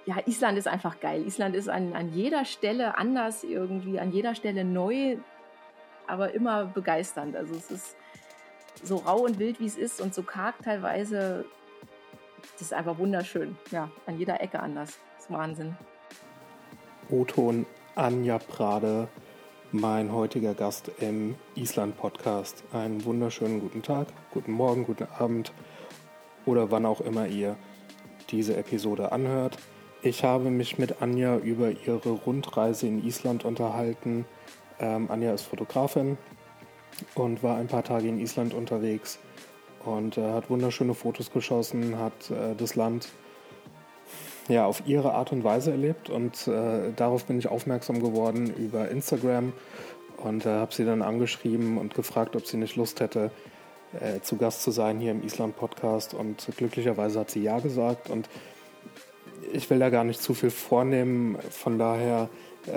ja, Island ist einfach geil. Island ist an jeder Stelle anders irgendwie, an jeder Stelle neu, aber immer begeisternd. Also es ist so rau und wild, wie es ist und so karg teilweise. Das ist einfach wunderschön. Ja, an jeder Ecke anders. Das ist Wahnsinn. O-Ton Anja Prade, mein heutiger Gast im Island-Podcast. Einen wunderschönen guten Tag, guten Morgen, guten Abend oder wann auch immer ihr diese Episode anhört. Ich habe mich mit Anja über ihre Rundreise in Island unterhalten. Anja ist Fotografin und war ein paar Tage in Island unterwegs und hat wunderschöne Fotos geschossen, hat das Land ja auf ihre Art und Weise erlebt und darauf bin ich aufmerksam geworden über Instagram und habe sie dann angeschrieben und gefragt, ob sie nicht Lust hätte, zu Gast zu sein hier im Island-Podcast, und glücklicherweise hat sie ja gesagt und ich will da gar nicht zu viel vornehmen, von daher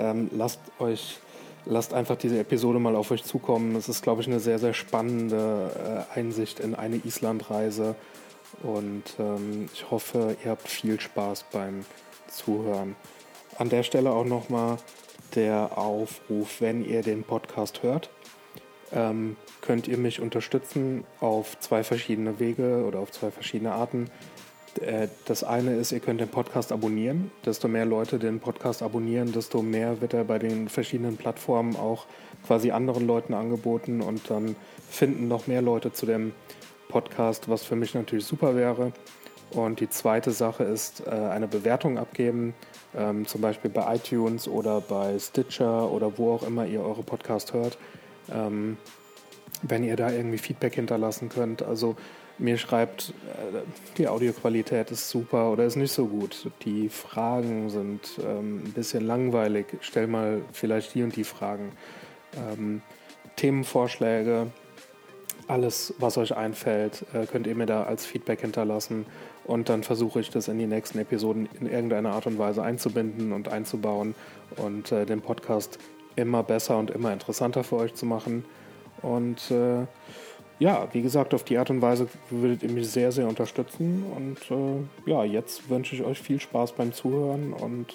lasst einfach diese Episode mal auf euch zukommen. Es ist, glaube ich, eine sehr, sehr spannende Einsicht in eine Islandreise und ich hoffe, ihr habt viel Spaß beim Zuhören. An der Stelle auch nochmal der Aufruf, wenn ihr den Podcast hört, könnt ihr mich unterstützen auf 2 verschiedene Wege oder auf 2 verschiedene Arten. Das eine ist, ihr könnt den Podcast abonnieren. Desto mehr Leute den Podcast abonnieren, desto mehr wird er bei den verschiedenen Plattformen auch quasi anderen Leuten angeboten und dann finden noch mehr Leute zu dem Podcast, was für mich natürlich super wäre. Und die zweite Sache ist, eine Bewertung abgeben, zum Beispiel bei iTunes oder bei Stitcher oder wo auch immer ihr eure Podcast hört. Wenn ihr da irgendwie Feedback hinterlassen könnt, also mir schreibt, die Audioqualität ist super oder ist nicht so gut, die Fragen sind ein bisschen langweilig, stell mal vielleicht die und die Fragen, Themenvorschläge, alles, was euch einfällt, könnt ihr mir da als Feedback hinterlassen und dann versuche ich das in die nächsten Episoden in irgendeiner Art und Weise einzubinden und einzubauen und den Podcast immer besser und immer interessanter für euch zu machen. Und ja, wie gesagt, auf die Art und Weise würdet ihr mich sehr, sehr unterstützen. Und ja, jetzt wünsche ich euch viel Spaß beim Zuhören und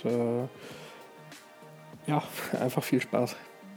ja, einfach viel Spaß.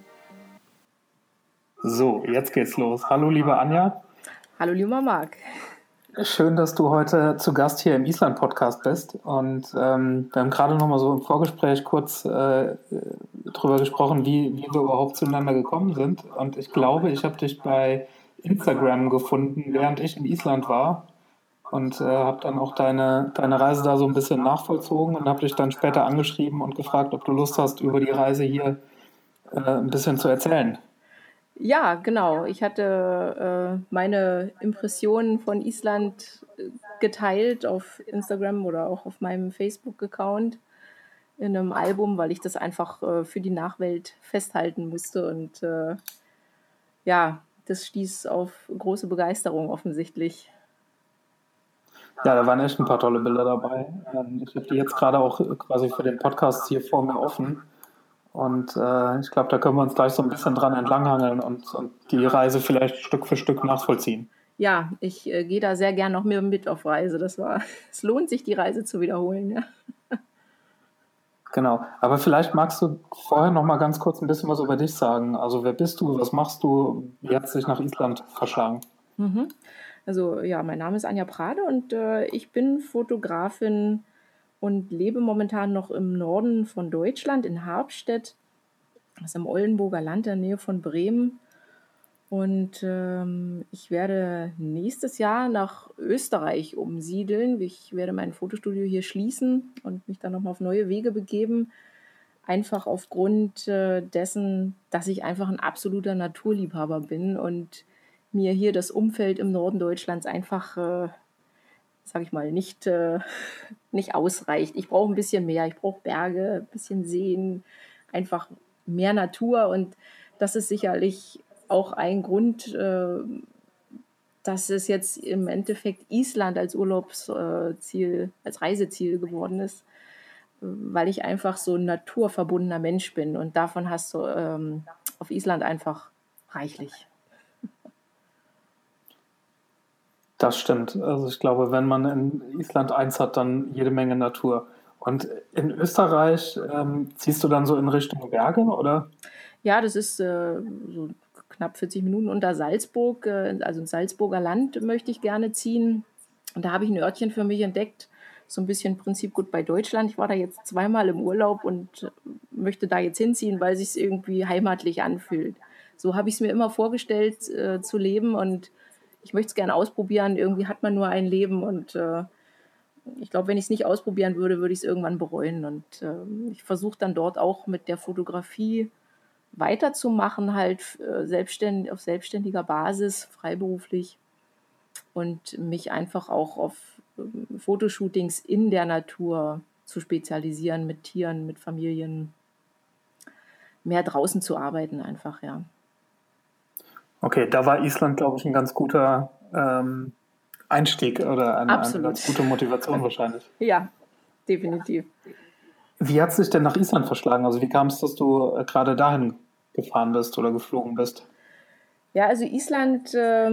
So, jetzt geht's los. Hallo, liebe Anja. Hallo, lieber Marc. Schön, dass du heute zu Gast hier im Island-Podcast bist. Und wir haben gerade noch mal so im Vorgespräch kurz drüber gesprochen, wie wir überhaupt zueinander gekommen sind. Und ich glaube, ich habe dich bei Instagram gefunden, während ich in Island war. Und habe dann auch deine Reise da so ein bisschen nachvollzogen und habe dich dann später angeschrieben und gefragt, ob du Lust hast, über die Reise hier ein bisschen zu erzählen. Ja, genau. Ich hatte meine Impressionen von Island geteilt auf Instagram oder auch auf meinem Facebook-Account in einem Album, weil ich das einfach für die Nachwelt festhalten musste. Und ja, das stieß auf große Begeisterung offensichtlich. Ja, da waren echt ein paar tolle Bilder dabei. Ich habe die jetzt gerade auch quasi für den Podcast hier vor mir offen. Und ich glaube, da können wir uns gleich so ein bisschen dran entlanghangeln und die Reise vielleicht Stück für Stück nachvollziehen. Ja, ich gehe da sehr gern noch mit auf Reise. Es lohnt sich, die Reise zu wiederholen. Ja. Genau. Aber vielleicht magst du vorher noch mal ganz kurz ein bisschen was über dich sagen. Also wer bist du? Was machst du? Wie hat es dich nach Island verschlagen? Mhm. Also ja, mein Name ist Anja Prade und ich bin Fotografin und lebe momentan noch im Norden von Deutschland, in Harpstedt. Das ist im Oldenburger Land, in der Nähe von Bremen. Und ich werde nächstes Jahr nach Österreich umsiedeln. Ich werde mein Fotostudio hier schließen und mich dann nochmal auf neue Wege begeben. Einfach aufgrund dessen, dass ich einfach ein absoluter Naturliebhaber bin und mir hier das Umfeld im Norden Deutschlands einfach, sage ich mal, nicht ausreicht. Ich brauche ein bisschen mehr. Ich brauche Berge, ein bisschen Seen, einfach mehr Natur. Und das ist sicherlich auch ein Grund, dass es jetzt im Endeffekt Island als Urlaubsziel, als Reiseziel geworden ist, weil ich einfach so ein naturverbundener Mensch bin. Und davon hast du auf Island einfach reichlich. Das stimmt. Also ich glaube, wenn man in Island eins hat, dann jede Menge Natur. Und in Österreich ziehst du dann so in Richtung Berge, oder? Ja, das ist so knapp 40 Minuten unter Salzburg, also ins Salzburger Land möchte ich gerne ziehen. Und da habe ich ein Örtchen für mich entdeckt, so ein bisschen Prinzip gut bei Deutschland. Ich war da jetzt zweimal im Urlaub und möchte da jetzt hinziehen, weil sich irgendwie heimatlich anfühlt. So habe ich es mir immer vorgestellt, zu leben, und ich möchte es gerne ausprobieren. Irgendwie hat man nur ein Leben, und ich glaube, wenn ich es nicht ausprobieren würde, würde ich es irgendwann bereuen. Und ich versuche dann dort auch mit der Fotografie weiterzumachen, halt auf selbstständiger Basis, freiberuflich, und mich einfach auch auf Fotoshootings in der Natur zu spezialisieren, mit Tieren, mit Familien, mehr draußen zu arbeiten einfach, ja. Okay, da war Island, glaube ich, ein ganz guter Einstieg oder eine Absolut. ganz gute Motivation wahrscheinlich. Ja, definitiv. Wie hat es dich denn nach Island verschlagen? Also wie kam es, dass du gerade dahin gefahren bist oder geflogen bist? Ja, also Island,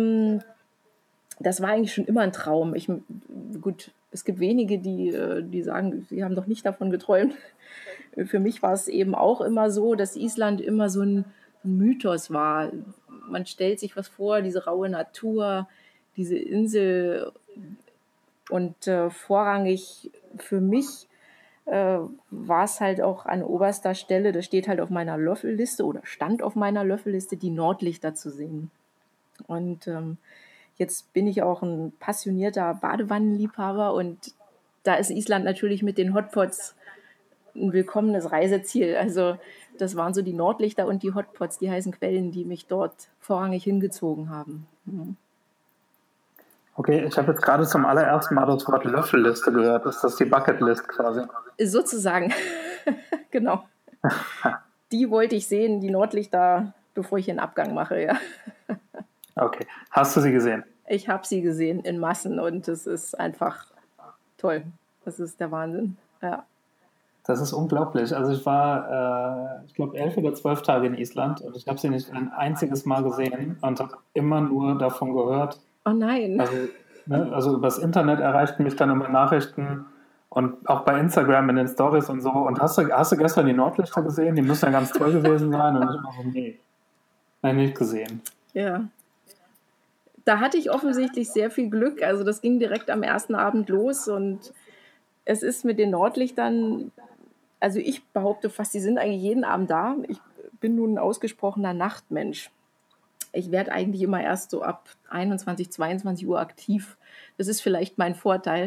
das war eigentlich schon immer ein Traum. Gut, es gibt wenige, die sagen, sie haben doch nicht davon geträumt. Für mich war es eben auch immer so, dass Island immer so ein Mythos war. Man stellt sich was vor, diese raue Natur, diese Insel, und vorrangig für mich war es halt auch an oberster Stelle, das steht halt auf meiner Löffelliste oder stand auf meiner Löffelliste, die Nordlichter zu sehen. Und jetzt bin ich auch ein passionierter Badewannenliebhaber, und da ist Island natürlich mit den Hotpots ein willkommenes Reiseziel. Also das waren so die Nordlichter und die Hotpots, die heißen Quellen, die mich dort vorrangig hingezogen haben. Mhm. Okay, ich habe jetzt gerade zum allerersten Mal das Wort Löffelliste gehört. Ist das die Bucketlist quasi? Sozusagen, genau. Die wollte ich sehen, die Nordlichter, bevor ich den Abgang mache, ja. Okay, hast du sie gesehen? Ich habe sie gesehen in Massen, und es ist einfach toll. Das ist der Wahnsinn. Ja. Das ist unglaublich. Also ich war, ich glaube, 11 oder 12 Tage in Island und ich habe sie nicht ein einziges Mal gesehen und habe immer nur davon gehört. Oh nein. Also, ne, also übers Internet erreichten mich dann immer Nachrichten und auch bei Instagram in den Stories und so. Und hast du gestern die Nordlichter gesehen? Die müssen ja ganz toll gewesen sein. Und ich immer so, nee, nein, nicht gesehen. Ja. Da hatte ich offensichtlich sehr viel Glück. Also das ging direkt am ersten Abend los, und es ist mit den Nordlichtern, also ich behaupte fast, die sind eigentlich jeden Abend da. Ich bin nun ein ausgesprochener Nachtmensch. Ich werde eigentlich immer erst so ab 21, 22 Uhr aktiv. Das ist vielleicht mein Vorteil.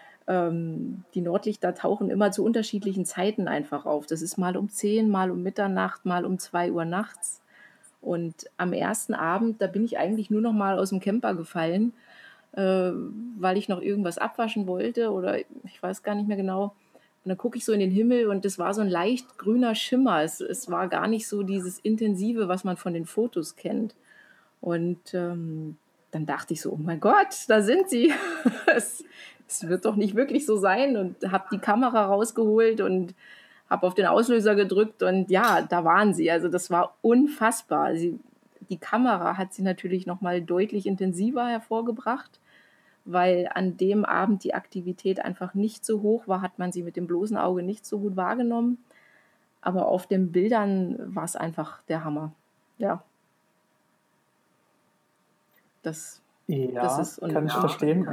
Die Nordlichter tauchen immer zu unterschiedlichen Zeiten einfach auf. Das ist mal um 10, mal um Mitternacht, mal um 2 Uhr nachts. Und am ersten Abend, da bin ich eigentlich nur noch mal aus dem Camper gefallen, weil ich noch irgendwas abwaschen wollte, oder ich weiß gar nicht mehr genau. Und dann gucke ich so in den Himmel, und es war so ein leicht grüner Schimmer. Es war gar nicht so dieses Intensive, was man von den Fotos kennt. Und dann dachte ich so, oh mein Gott, da sind sie. es, es wird doch nicht wirklich so sein. Und habe die Kamera rausgeholt und habe auf den Auslöser gedrückt, und ja, da waren sie. Also das war unfassbar. Die Kamera hat sie natürlich noch mal deutlich intensiver hervorgebracht, weil an dem Abend die Aktivität einfach nicht so hoch war, hat man sie mit dem bloßen Auge nicht so gut wahrgenommen. Aber auf den Bildern war es einfach der Hammer. Ja, das, das Ja, ist kann ich verstehen.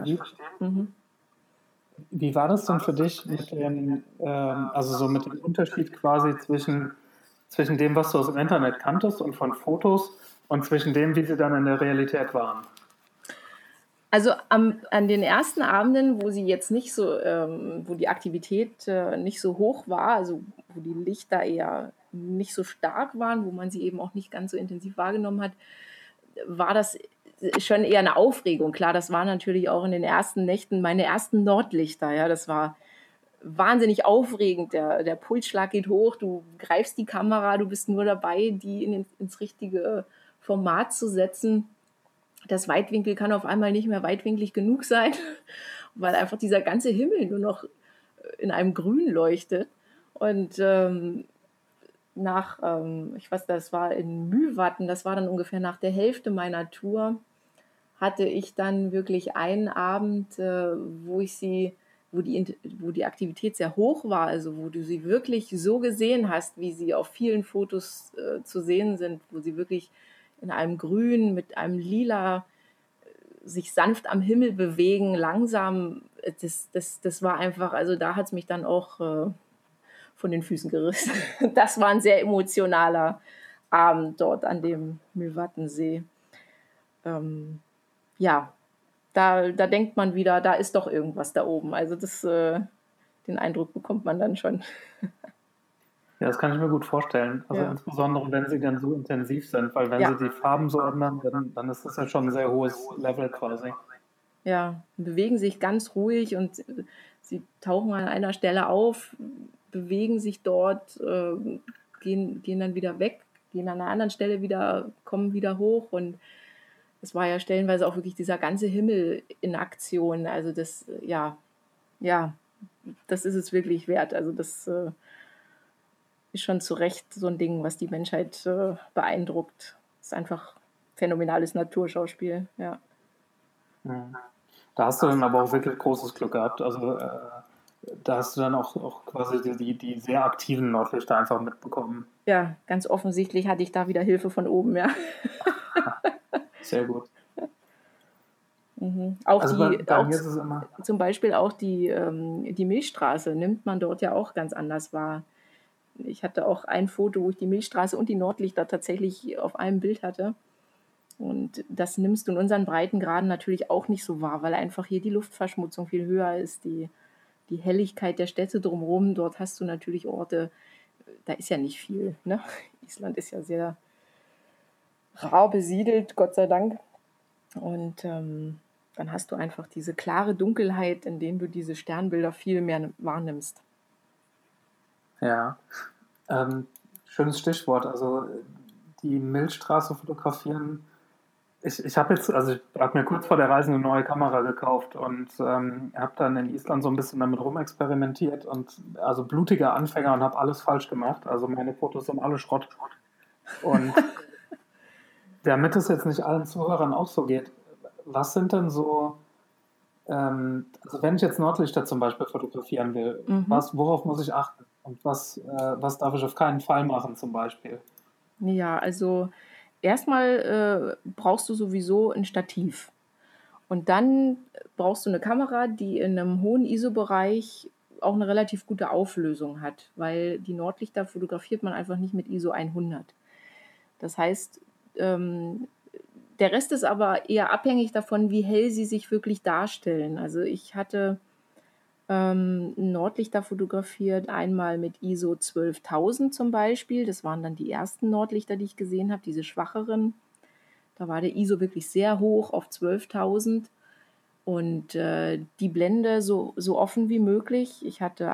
Wie war das denn für dich mit dem, also so mit dem Unterschied quasi zwischen dem, was du aus dem Internet kanntest und von Fotos und zwischen dem, wie sie dann in der Realität waren? Also an den ersten Abenden, wo sie jetzt nicht so, wo die Aktivität nicht so hoch war, also wo die Lichter eher nicht so stark waren, wo man sie eben auch nicht ganz so intensiv wahrgenommen hat, war das schon eher eine Aufregung. Klar, das war natürlich auch in den ersten Nächten meine ersten Nordlichter. Ja, das war wahnsinnig aufregend. Der Pulsschlag geht hoch, du greifst die Kamera, du bist nur dabei, die ins richtige Format zu setzen. Das Weitwinkel kann auf einmal nicht mehr weitwinklig genug sein, weil einfach dieser ganze Himmel nur noch in einem Grün leuchtet. Und ich weiß, das war in Mühwatten, das war dann ungefähr nach der Hälfte meiner Tour, hatte ich dann wirklich einen Abend, wo ich sie wo die Aktivität sehr hoch war, also wo du sie wirklich so gesehen hast, wie sie auf vielen Fotos zu sehen sind, wo sie wirklich in einem Grün mit einem Lila sich sanft am Himmel bewegen, langsam, das war einfach, also da hat es mich dann auch von den Füßen gerissen. Das war ein sehr emotionaler Abend dort an dem Mývatnsee. Ja, da denkt man wieder, da ist doch irgendwas da oben. Also den Eindruck bekommt man dann schon. Ja, das kann ich mir gut vorstellen. Also Ja. insbesondere, wenn sie dann so intensiv sind, weil wenn Ja. sie die Farben so ändern, dann ist das ja schon ein sehr hohes Level quasi. Ja, bewegen sich ganz ruhig und sie tauchen an einer Stelle auf, bewegen sich dort, gehen dann wieder weg, gehen an einer anderen Stelle wieder, kommen wieder hoch, und es war ja stellenweise auch wirklich dieser ganze Himmel in Aktion. Also das, ja, das ist es wirklich wert. Also das ist schon zu Recht so ein Ding, was die Menschheit beeindruckt. Das ist einfach phänomenales Naturschauspiel, ja. Mhm. Da hast du dann aber auch wirklich großes Glück gehabt. Also da hast du dann auch quasi die sehr aktiven Nordlichter einfach mitbekommen. Ja, ganz offensichtlich hatte ich da wieder Hilfe von oben, ja. Sehr gut. Auch Also die, bei auch mir ist es immer. zum Beispiel auch die Milchstraße nimmt man dort ja auch ganz anders wahr. Ich hatte auch ein Foto, wo ich die Milchstraße und die Nordlichter tatsächlich auf einem Bild hatte. Und das nimmst du in unseren Breitengraden natürlich auch nicht so wahr, weil einfach hier die Luftverschmutzung viel höher ist, die Helligkeit der Städte drumherum. Dort hast du natürlich Orte, da ist ja nicht viel. Ne? Island ist ja sehr rar besiedelt, Gott sei Dank. Und dann hast du einfach diese klare Dunkelheit, in denen du diese Sternbilder viel mehr wahrnimmst. Ja, schönes Stichwort. Also die Milchstraße fotografieren. Ich habe jetzt, also ich habe mir kurz vor der Reise eine neue Kamera gekauft und habe dann in Island so ein bisschen damit rumexperimentiert und also blutiger Anfänger und habe alles falsch gemacht. Also meine Fotos sind alle Schrott. Und damit es jetzt nicht allen Zuhörern auch so geht, was sind denn so, also wenn ich jetzt Nordlichter zum Beispiel fotografieren will, worauf muss ich achten? Und was darf ich auf keinen Fall machen zum Beispiel? Ja, also erstmal brauchst du sowieso ein Stativ. Und dann brauchst du eine Kamera, die in einem hohen ISO-Bereich auch eine relativ gute Auflösung hat, weil die Nordlichter fotografiert man einfach nicht mit ISO 100. Das heißt, der Rest ist aber eher abhängig davon, wie hell sie sich wirklich darstellen. Also ich hatte Nordlichter fotografiert, einmal mit ISO 12.000 zum Beispiel. Das waren dann die ersten Nordlichter, die ich gesehen habe, diese schwacheren. Da war der ISO wirklich sehr hoch auf 12.000 und die Blende so offen wie möglich. Ich hatte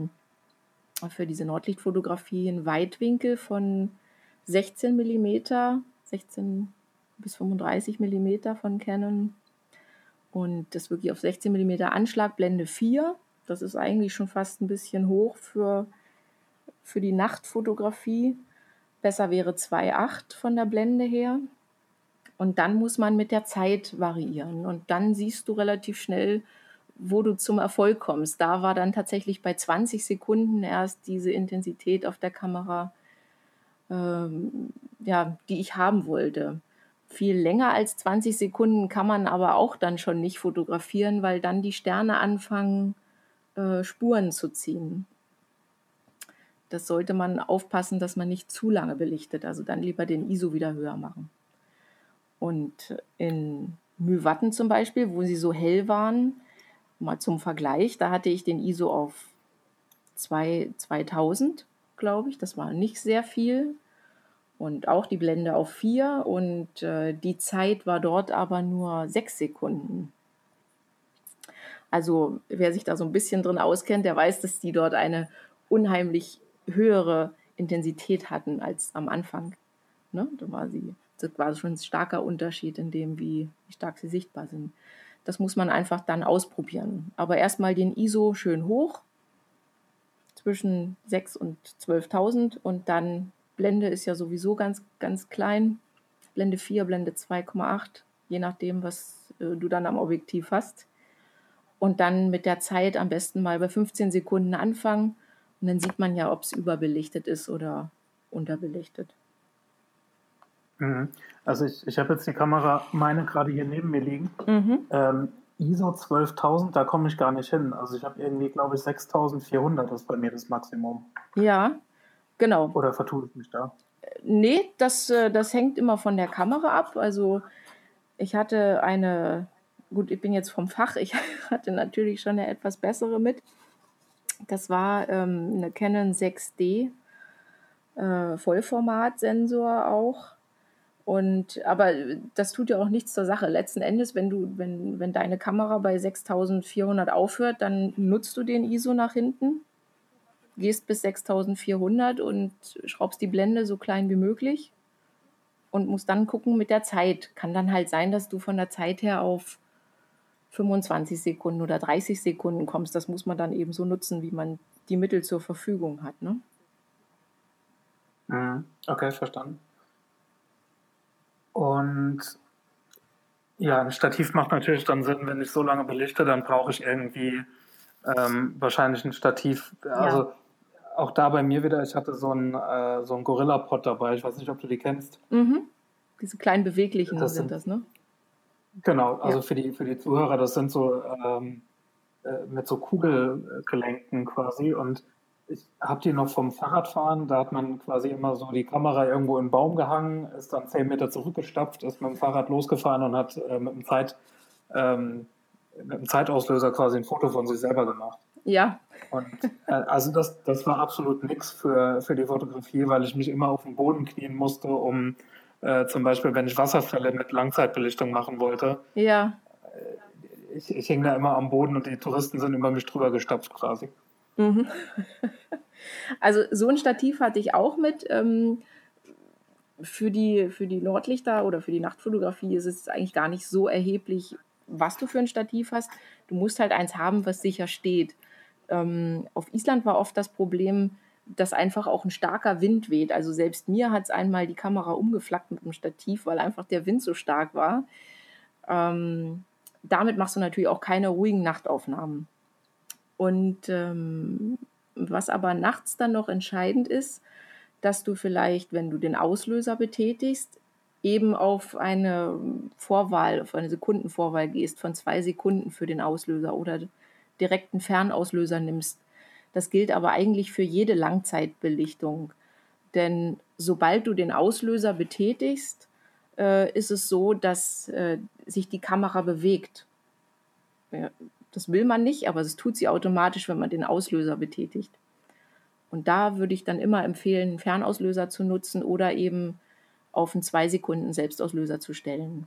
für diese Nordlichtfotografie einen Weitwinkel von 16 mm, 16 bis 35 mm von Canon. Und das wirklich auf 16 mm Anschlag, Blende 4. Das ist eigentlich schon fast ein bisschen hoch für die Nachtfotografie. Besser wäre 2,8 von der Blende her. Und dann muss man mit der Zeit variieren. Und dann siehst du relativ schnell, wo du zum Erfolg kommst. Da war dann tatsächlich bei 20 Sekunden erst diese Intensität auf der Kamera, die ich haben wollte. Viel länger als 20 Sekunden kann man aber auch dann schon nicht fotografieren, weil dann die Sterne anfangen, Spuren zu ziehen. Das sollte man aufpassen, dass man nicht zu lange belichtet. Also dann lieber den ISO wieder höher machen. Und in Mývatn zum Beispiel, wo sie so hell waren, mal zum Vergleich, da hatte ich den ISO auf 2000, glaube ich. Das war nicht sehr viel. Und auch die Blende auf 4 und die Zeit war dort aber nur 6 Sekunden. Also wer sich da so ein bisschen drin auskennt, der weiß, dass die dort eine unheimlich höhere Intensität hatten als am Anfang. Ne? Das war schon ein starker Unterschied in dem, wie stark sie sichtbar sind. Das muss man einfach dann ausprobieren. Aber erstmal den ISO schön hoch, zwischen 6.000 und 12.000 und dann Blende ist ja sowieso ganz, ganz klein. Blende 4, Blende 2,8, je nachdem, was du dann am Objektiv hast. und dann mit der Zeit am besten mal bei 15 Sekunden anfangen. Und dann sieht man ja, ob es überbelichtet ist oder unterbelichtet. Also ich habe jetzt die Kamera, meine gerade hier neben mir liegen. ISO 12.000, da komme ich gar nicht hin. Also ich habe irgendwie, glaube ich, 6.400 ist bei mir das Maximum. Ja, genau. Oder vertue ich mich da? Nee, das hängt immer von der Kamera ab. Also ich hatte gut, ich bin jetzt vom Fach, ich hatte natürlich schon eine etwas bessere mit. Das war eine Canon 6D Vollformatsensor auch. Aber das tut ja auch nichts zur Sache. Letzten Endes, wenn deine Kamera bei 6.400 aufhört, dann nutzt du den ISO nach hinten, gehst bis 6.400 und schraubst die Blende so klein wie möglich und musst dann gucken mit der Zeit. Kann dann halt sein, dass du von der Zeit her auf 25 Sekunden oder 30 Sekunden kommst. Das muss man dann eben so nutzen, wie man die Mittel zur Verfügung hat, ne? Okay, verstanden. Und ja, ein Stativ macht natürlich dann Sinn, wenn ich so lange belichte, dann brauche ich irgendwie wahrscheinlich ein Stativ. Also auch da bei mir wieder, ich hatte so einen Gorilla-Pod dabei, ich weiß nicht, ob du die kennst. Diese kleinen beweglichen sind das, ne? Genau, also für die Zuhörer, das sind so mit so Kugelgelenken quasi, und ich habe die noch vom Fahrradfahren, da hat man quasi immer so die Kamera irgendwo im Baum gehangen, ist dann 10 Meter zurückgestapft, ist mit dem Fahrrad losgefahren und hat mit einem Zeitauslöser quasi ein Foto von sich selber gemacht. Ja. Und also das war absolut nichts für die Fotografie, weil ich mich immer auf den Boden knien musste, um zum Beispiel, wenn ich Wasserfälle mit Langzeitbelichtung machen wollte. Ja. Ich hing da immer am Boden und die Touristen sind über mich drüber gestapft quasi. Also so ein Stativ hatte ich auch mit. Für die Nordlichter oder für die Nachtfotografie ist es eigentlich gar nicht so erheblich, was du für ein Stativ hast. Du musst halt eins haben, was sicher steht. Auf Island war oft das Problem, dass einfach auch ein starker Wind weht. Also selbst mir hat es einmal die Kamera umgeflackt mit dem Stativ, weil einfach der Wind so stark war. Damit machst du natürlich auch keine ruhigen Nachtaufnahmen. Und was aber nachts dann noch entscheidend ist, dass du vielleicht, wenn du den Auslöser betätigst, eben auf eine Sekundenvorwahl gehst von 2 Sekunden für den Auslöser oder direkt einen Fernauslöser nimmst. Das gilt aber eigentlich für jede Langzeitbelichtung. Denn sobald du den Auslöser betätigst, ist es so, dass sich die Kamera bewegt. Ja, das will man nicht, aber es tut sie automatisch, wenn man den Auslöser betätigt. Und da würde ich dann immer empfehlen, einen Fernauslöser zu nutzen oder eben auf einen 2 Sekunden Selbstauslöser zu stellen.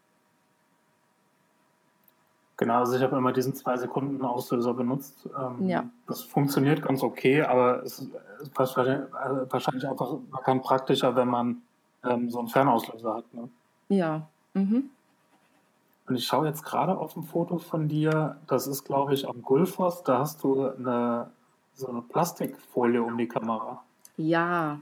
Genau, also ich habe immer diesen 2 Sekunden Auslöser benutzt. Das funktioniert ganz okay, aber es ist wahrscheinlich einfach markant praktischer, wenn man so einen Fernauslöser hat. Ne? Ja. Und ich schaue jetzt gerade auf ein Foto von dir, das ist, glaube ich, am Gullfoss, da hast du so eine Plastikfolie um die Kamera. Ja.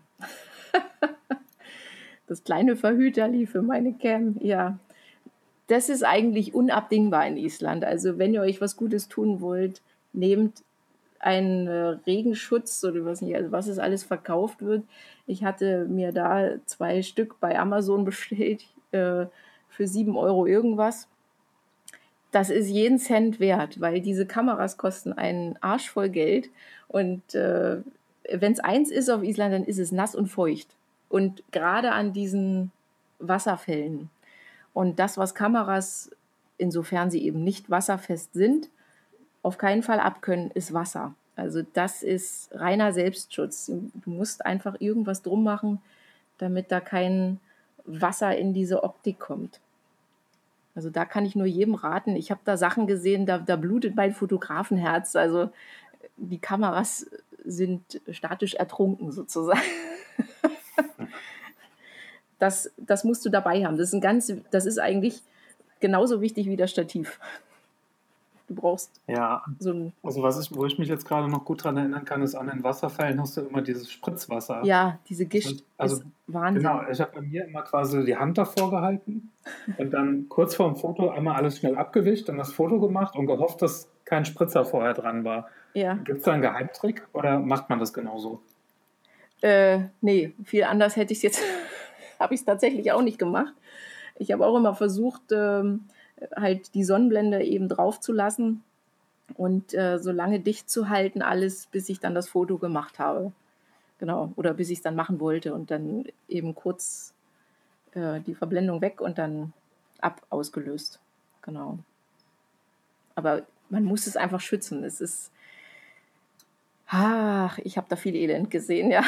Das kleine Verhüterli für meine Cam, ja. Das ist eigentlich unabdingbar in Island. Also wenn ihr euch was Gutes tun wollt, nehmt einen Regenschutz oder was es alles verkauft wird. Ich hatte mir da 2 Stück bei Amazon bestellt für 7 € irgendwas. Das ist jeden Cent wert, weil diese Kameras kosten einen Arsch voll Geld. Und wenn es eins ist auf Island, dann ist es nass und feucht. Und gerade an diesen Wasserfällen. Und das, was Kameras, insofern sie eben nicht wasserfest sind, auf keinen Fall abkönnen, ist Wasser. Also das ist reiner Selbstschutz. Du musst einfach irgendwas drum machen, damit da kein Wasser in diese Optik kommt. Also da kann ich nur jedem raten. Ich habe da Sachen gesehen, da blutet mein Fotografenherz. Also die Kameras sind statisch ertrunken sozusagen. Das musst du dabei haben. Das ist eigentlich genauso wichtig wie das Stativ. Du brauchst so ein... Also wo ich mich jetzt gerade noch gut dran erinnern kann, ist, an den Wasserfällen hast du immer dieses Spritzwasser. Ja, diese Gischt ist Wahnsinn. Genau, ich habe bei mir immer quasi die Hand davor gehalten und dann kurz vor dem Foto einmal alles schnell abgewischt und das Foto gemacht und gehofft, dass kein Spritzer vorher dran war. Ja. Gibt es da einen Geheimtrick oder macht man das genauso? Nee, viel anders hätte ich es jetzt, habe ich es tatsächlich auch nicht gemacht. Ich habe auch immer versucht, halt die Sonnenblende eben drauf zu lassen und so lange dicht zu halten, alles, bis ich dann das Foto gemacht habe. Genau, oder bis ich es dann machen wollte und dann eben kurz die Verblendung weg und dann ausgelöst. Genau. Aber man muss es einfach schützen. Es ist, ich habe da viel Elend gesehen, ja.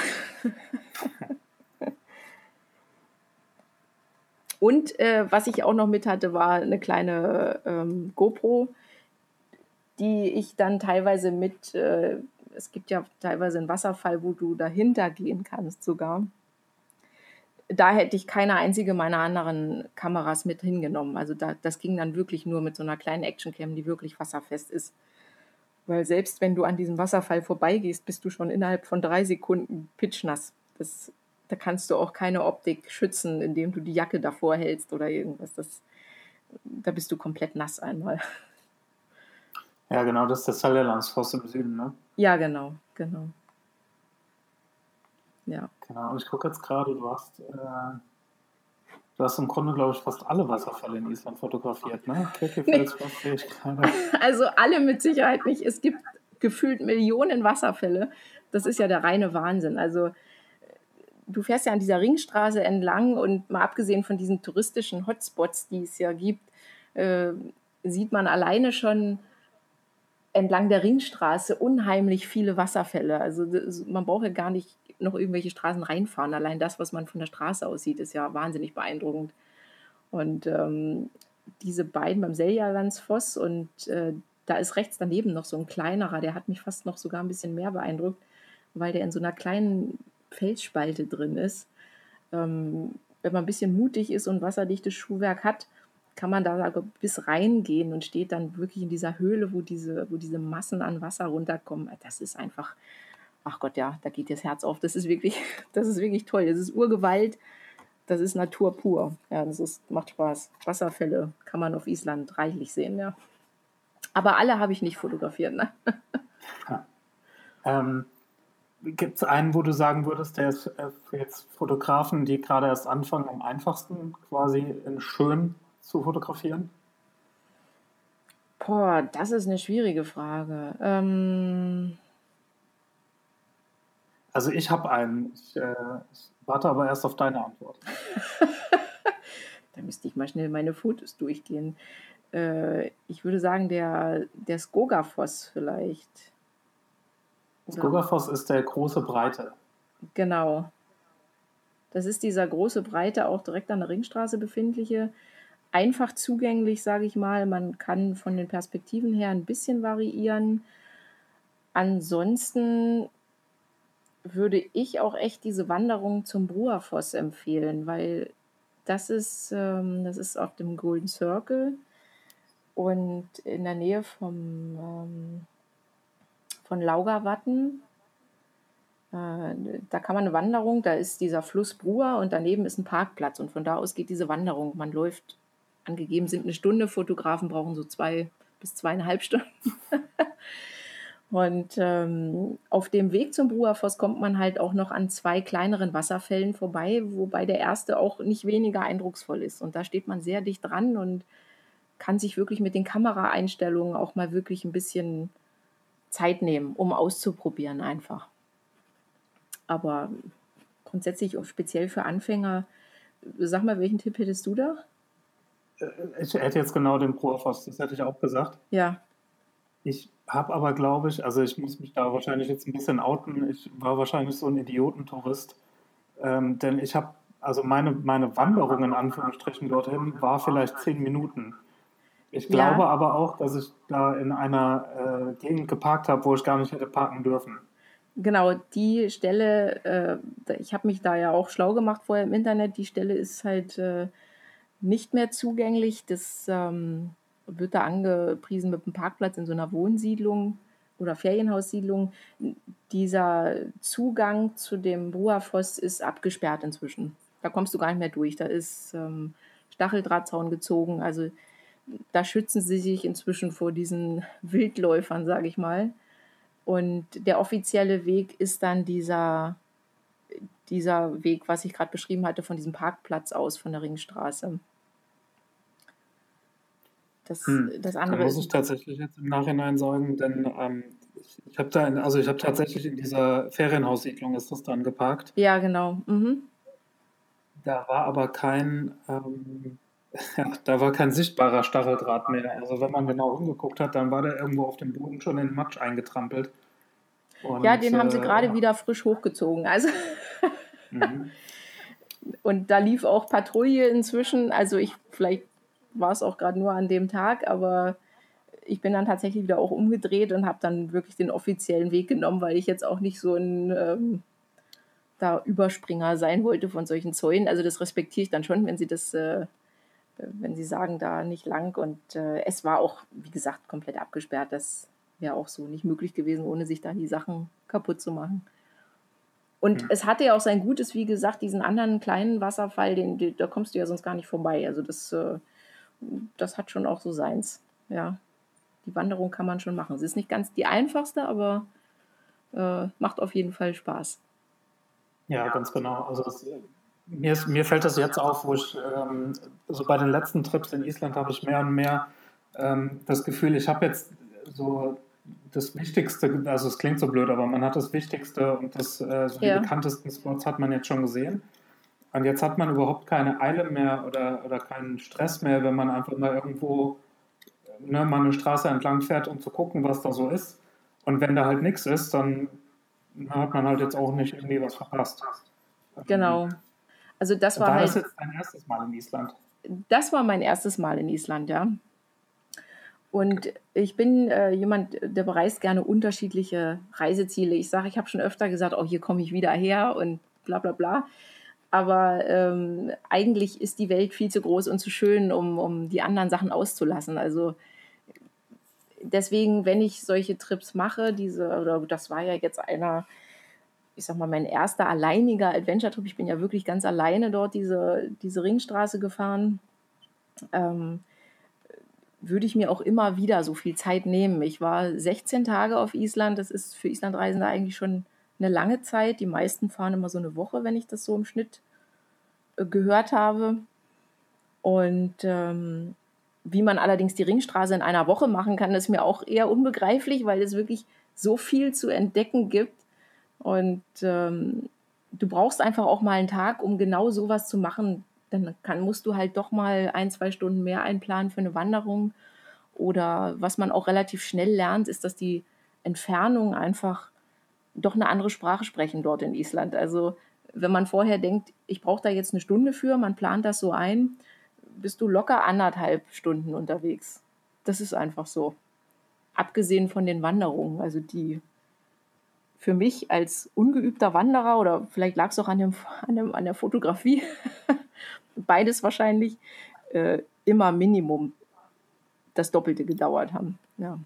Und was ich auch noch mit hatte, war eine kleine GoPro, die ich dann teilweise es gibt ja teilweise einen Wasserfall, wo du dahinter gehen kannst sogar. Da hätte ich keine einzige meiner anderen Kameras mit hingenommen. Also das ging dann wirklich nur mit so einer kleinen Actioncam, die wirklich wasserfest ist. Weil selbst wenn du an diesem Wasserfall vorbeigehst, bist du schon innerhalb von 3 Sekunden pitschnass. Da kannst du auch keine Optik schützen, indem du die Jacke davor hältst oder irgendwas. Da bist du komplett nass einmal. Ja, genau, das ist der Sellerlandsfoss im Süden, ne? Ja, genau. Ja. Genau, und ich gucke jetzt gerade, du hast im Grunde, glaube ich, fast alle Wasserfälle in Island fotografiert, ne? Kirkjufellsfoss sehe ich gerade. Also alle mit Sicherheit nicht. Es gibt gefühlt Millionen Wasserfälle. Das ist ja der reine Wahnsinn. Also du fährst ja an dieser Ringstraße entlang und mal abgesehen von diesen touristischen Hotspots, die es ja gibt, sieht man alleine schon entlang der Ringstraße unheimlich viele Wasserfälle. Also man braucht ja gar nicht noch irgendwelche Straßen reinfahren. Allein das, was man von der Straße aus sieht, ist ja wahnsinnig beeindruckend. Und diese beiden beim Seljalandsfoss und da ist rechts daneben noch so ein kleinerer, der hat mich fast noch sogar ein bisschen mehr beeindruckt, weil der in so einer kleinen Felsspalte drin ist. Wenn man ein bisschen mutig ist und wasserdichtes Schuhwerk hat, kann man da bis reingehen und steht dann wirklich in dieser Höhle, wo diese Massen an Wasser runterkommen. Das ist einfach, ach Gott, ja, da geht das Herz auf. Das ist wirklich toll. Das ist Urgewalt, das ist Natur pur. Ja, macht Spaß. Wasserfälle kann man auf Island reichlich sehen, ja. Aber alle habe ich nicht fotografiert, ne? Gibt es einen, wo du sagen würdest, der ist für jetzt Fotografen, die gerade erst anfangen, am einfachsten quasi in schön zu fotografieren? Boah, das ist eine schwierige Frage. Also ich habe einen. Ich warte aber erst auf deine Antwort. Da müsste ich mal schnell meine Fotos durchgehen. Ich würde sagen, der Skogafoss vielleicht. Skogafoss ist der große Breite. Genau. Das ist dieser große Breite, auch direkt an der Ringstraße befindliche. Einfach zugänglich, sage ich mal. Man kann von den Perspektiven her ein bisschen variieren. Ansonsten würde ich auch echt diese Wanderung zum Broafoss empfehlen, weil das ist auf dem Golden Circle und in der Nähe von Laugarvatn. Da kann man eine Wanderung, da ist dieser Fluss Brua und daneben ist ein Parkplatz und von da aus geht diese Wanderung. Man läuft, angegeben sind 1 Stunde, Fotografen brauchen so 2 bis 2,5 Stunden. Und auf dem Weg zum Broafoss kommt man halt auch noch an 2 kleineren Wasserfällen vorbei, wobei der erste auch nicht weniger eindrucksvoll ist. Und da steht man sehr dicht dran und kann sich wirklich mit den Kameraeinstellungen auch mal wirklich ein bisschen Zeit nehmen, um auszuprobieren einfach. Aber grundsätzlich auch speziell für Anfänger, sag mal, welchen Tipp hättest du da? Ich hätte jetzt genau den Broafoss, das hätte ich auch gesagt. Ja. Ich habe aber, glaube ich, also ich muss mich da wahrscheinlich jetzt ein bisschen outen, ich war wahrscheinlich so ein Idiotentourist, denn ich habe, also meine Wanderung in Anführungsstrichen dorthin war vielleicht 10 Minuten. Ich glaube Ja. aber auch, dass ich da in einer Gegend geparkt habe, wo ich gar nicht hätte parken dürfen. Genau, die Stelle, ich habe mich da ja auch schlau gemacht vorher im Internet, die Stelle ist halt nicht mehr zugänglich. Das wird da angepriesen mit einem Parkplatz in so einer Wohnsiedlung oder Ferienhaussiedlung. Dieser Zugang zu dem Broafoss ist abgesperrt inzwischen. Da kommst du gar nicht mehr durch. Da ist Stacheldrahtzaun gezogen. Also da schützen sie sich inzwischen vor diesen Wildläufern, sage ich mal. Und der offizielle Weg ist dann dieser Weg, was ich gerade beschrieben hatte, von diesem Parkplatz aus, von der Ringstraße. Das Da andere muss ich ist, tatsächlich jetzt im Nachhinein sagen, denn ich habe ich habe tatsächlich in dieser Ferienhaussiedlung ist das dann geparkt. ja, genau. Mhm. Da war aber ja, da war kein sichtbarer Stacheldraht mehr. Also wenn man genau hingeguckt hat, dann war der irgendwo auf dem Boden schon in Matsch eingetrampelt. Ja, Und den haben sie gerade ja, wieder frisch hochgezogen. Also, mhm. und da lief auch Patrouille inzwischen. Also vielleicht war es auch gerade nur an dem Tag, aber ich bin dann tatsächlich wieder auch umgedreht und habe dann wirklich den offiziellen Weg genommen, weil ich jetzt auch nicht so ein da Überspringer sein wollte von solchen Zäunen. Also das respektiere ich dann schon, wenn sie sagen, da nicht lang. Und es war auch, wie gesagt, komplett abgesperrt. Das wäre auch so nicht möglich gewesen, ohne sich da die Sachen kaputt zu machen. Und es hatte ja auch sein Gutes, wie gesagt, diesen anderen kleinen Wasserfall, da kommst du ja sonst gar nicht vorbei. Also das hat schon auch so seins. Ja, die Wanderung kann man schon machen. Es ist nicht ganz die einfachste, aber macht auf jeden Fall Spaß. Ja, ganz genau. Also mir fällt das jetzt auf, wo ich so bei den letzten Trips in Island habe ich mehr und mehr das Gefühl, ich habe jetzt so das Wichtigste, also es klingt so blöd, aber man hat das Wichtigste und so die Ja, bekanntesten Spots hat man jetzt schon gesehen. Und jetzt hat man überhaupt keine Eile mehr oder keinen Stress mehr, wenn man einfach mal irgendwo mal eine Straße entlang fährt, um zu gucken, was da so ist. Und wenn da halt nichts ist, dann hat man halt jetzt auch nicht irgendwie was verpasst. Ähm, genau. Also War das jetzt dein erstes Mal in Island? das war mein erstes Mal in Island, ja. Und ich bin jemand, der bereist gerne unterschiedliche Reiseziele. Ich sage, ich habe schon öfter gesagt, oh, hier komme ich wieder her und bla bla bla. Aber eigentlich ist die Welt viel zu groß und zu schön, um die anderen Sachen auszulassen. Also deswegen, wenn ich solche Trips mache, oder das war ja jetzt ich sag mal, mein erster alleiniger Adventure-Trip. Ich bin ja wirklich ganz alleine dort diese Ringstraße gefahren. Ähm, Würde ich mir auch immer wieder so viel Zeit nehmen. Ich war 16 Tage auf Island. Das ist für Islandreisende eigentlich schon eine lange Zeit. Die meisten fahren immer so eine Woche, wenn ich das so im Schnitt gehört habe. Und wie man allerdings die Ringstraße in einer Woche machen kann, ist mir auch eher unbegreiflich, weil es wirklich so viel zu entdecken gibt. Und du brauchst einfach auch mal einen Tag, um genau sowas zu machen. Dann musst du halt doch mal 1, 2 Stunden mehr einplanen für eine Wanderung. Oder was man auch relativ schnell lernt, ist, dass die Entfernungen einfach doch eine andere Sprache sprechen dort in Island. Also wenn man vorher denkt, ich brauche da jetzt eine Stunde für, man plant das so ein, bist du locker 1,5 Stunden unterwegs. Das ist einfach so. Abgesehen von den Wanderungen, also die für mich als ungeübter Wanderer oder vielleicht lag es auch an der Fotografie, beides wahrscheinlich, immer Minimum das Doppelte gedauert haben. Ja,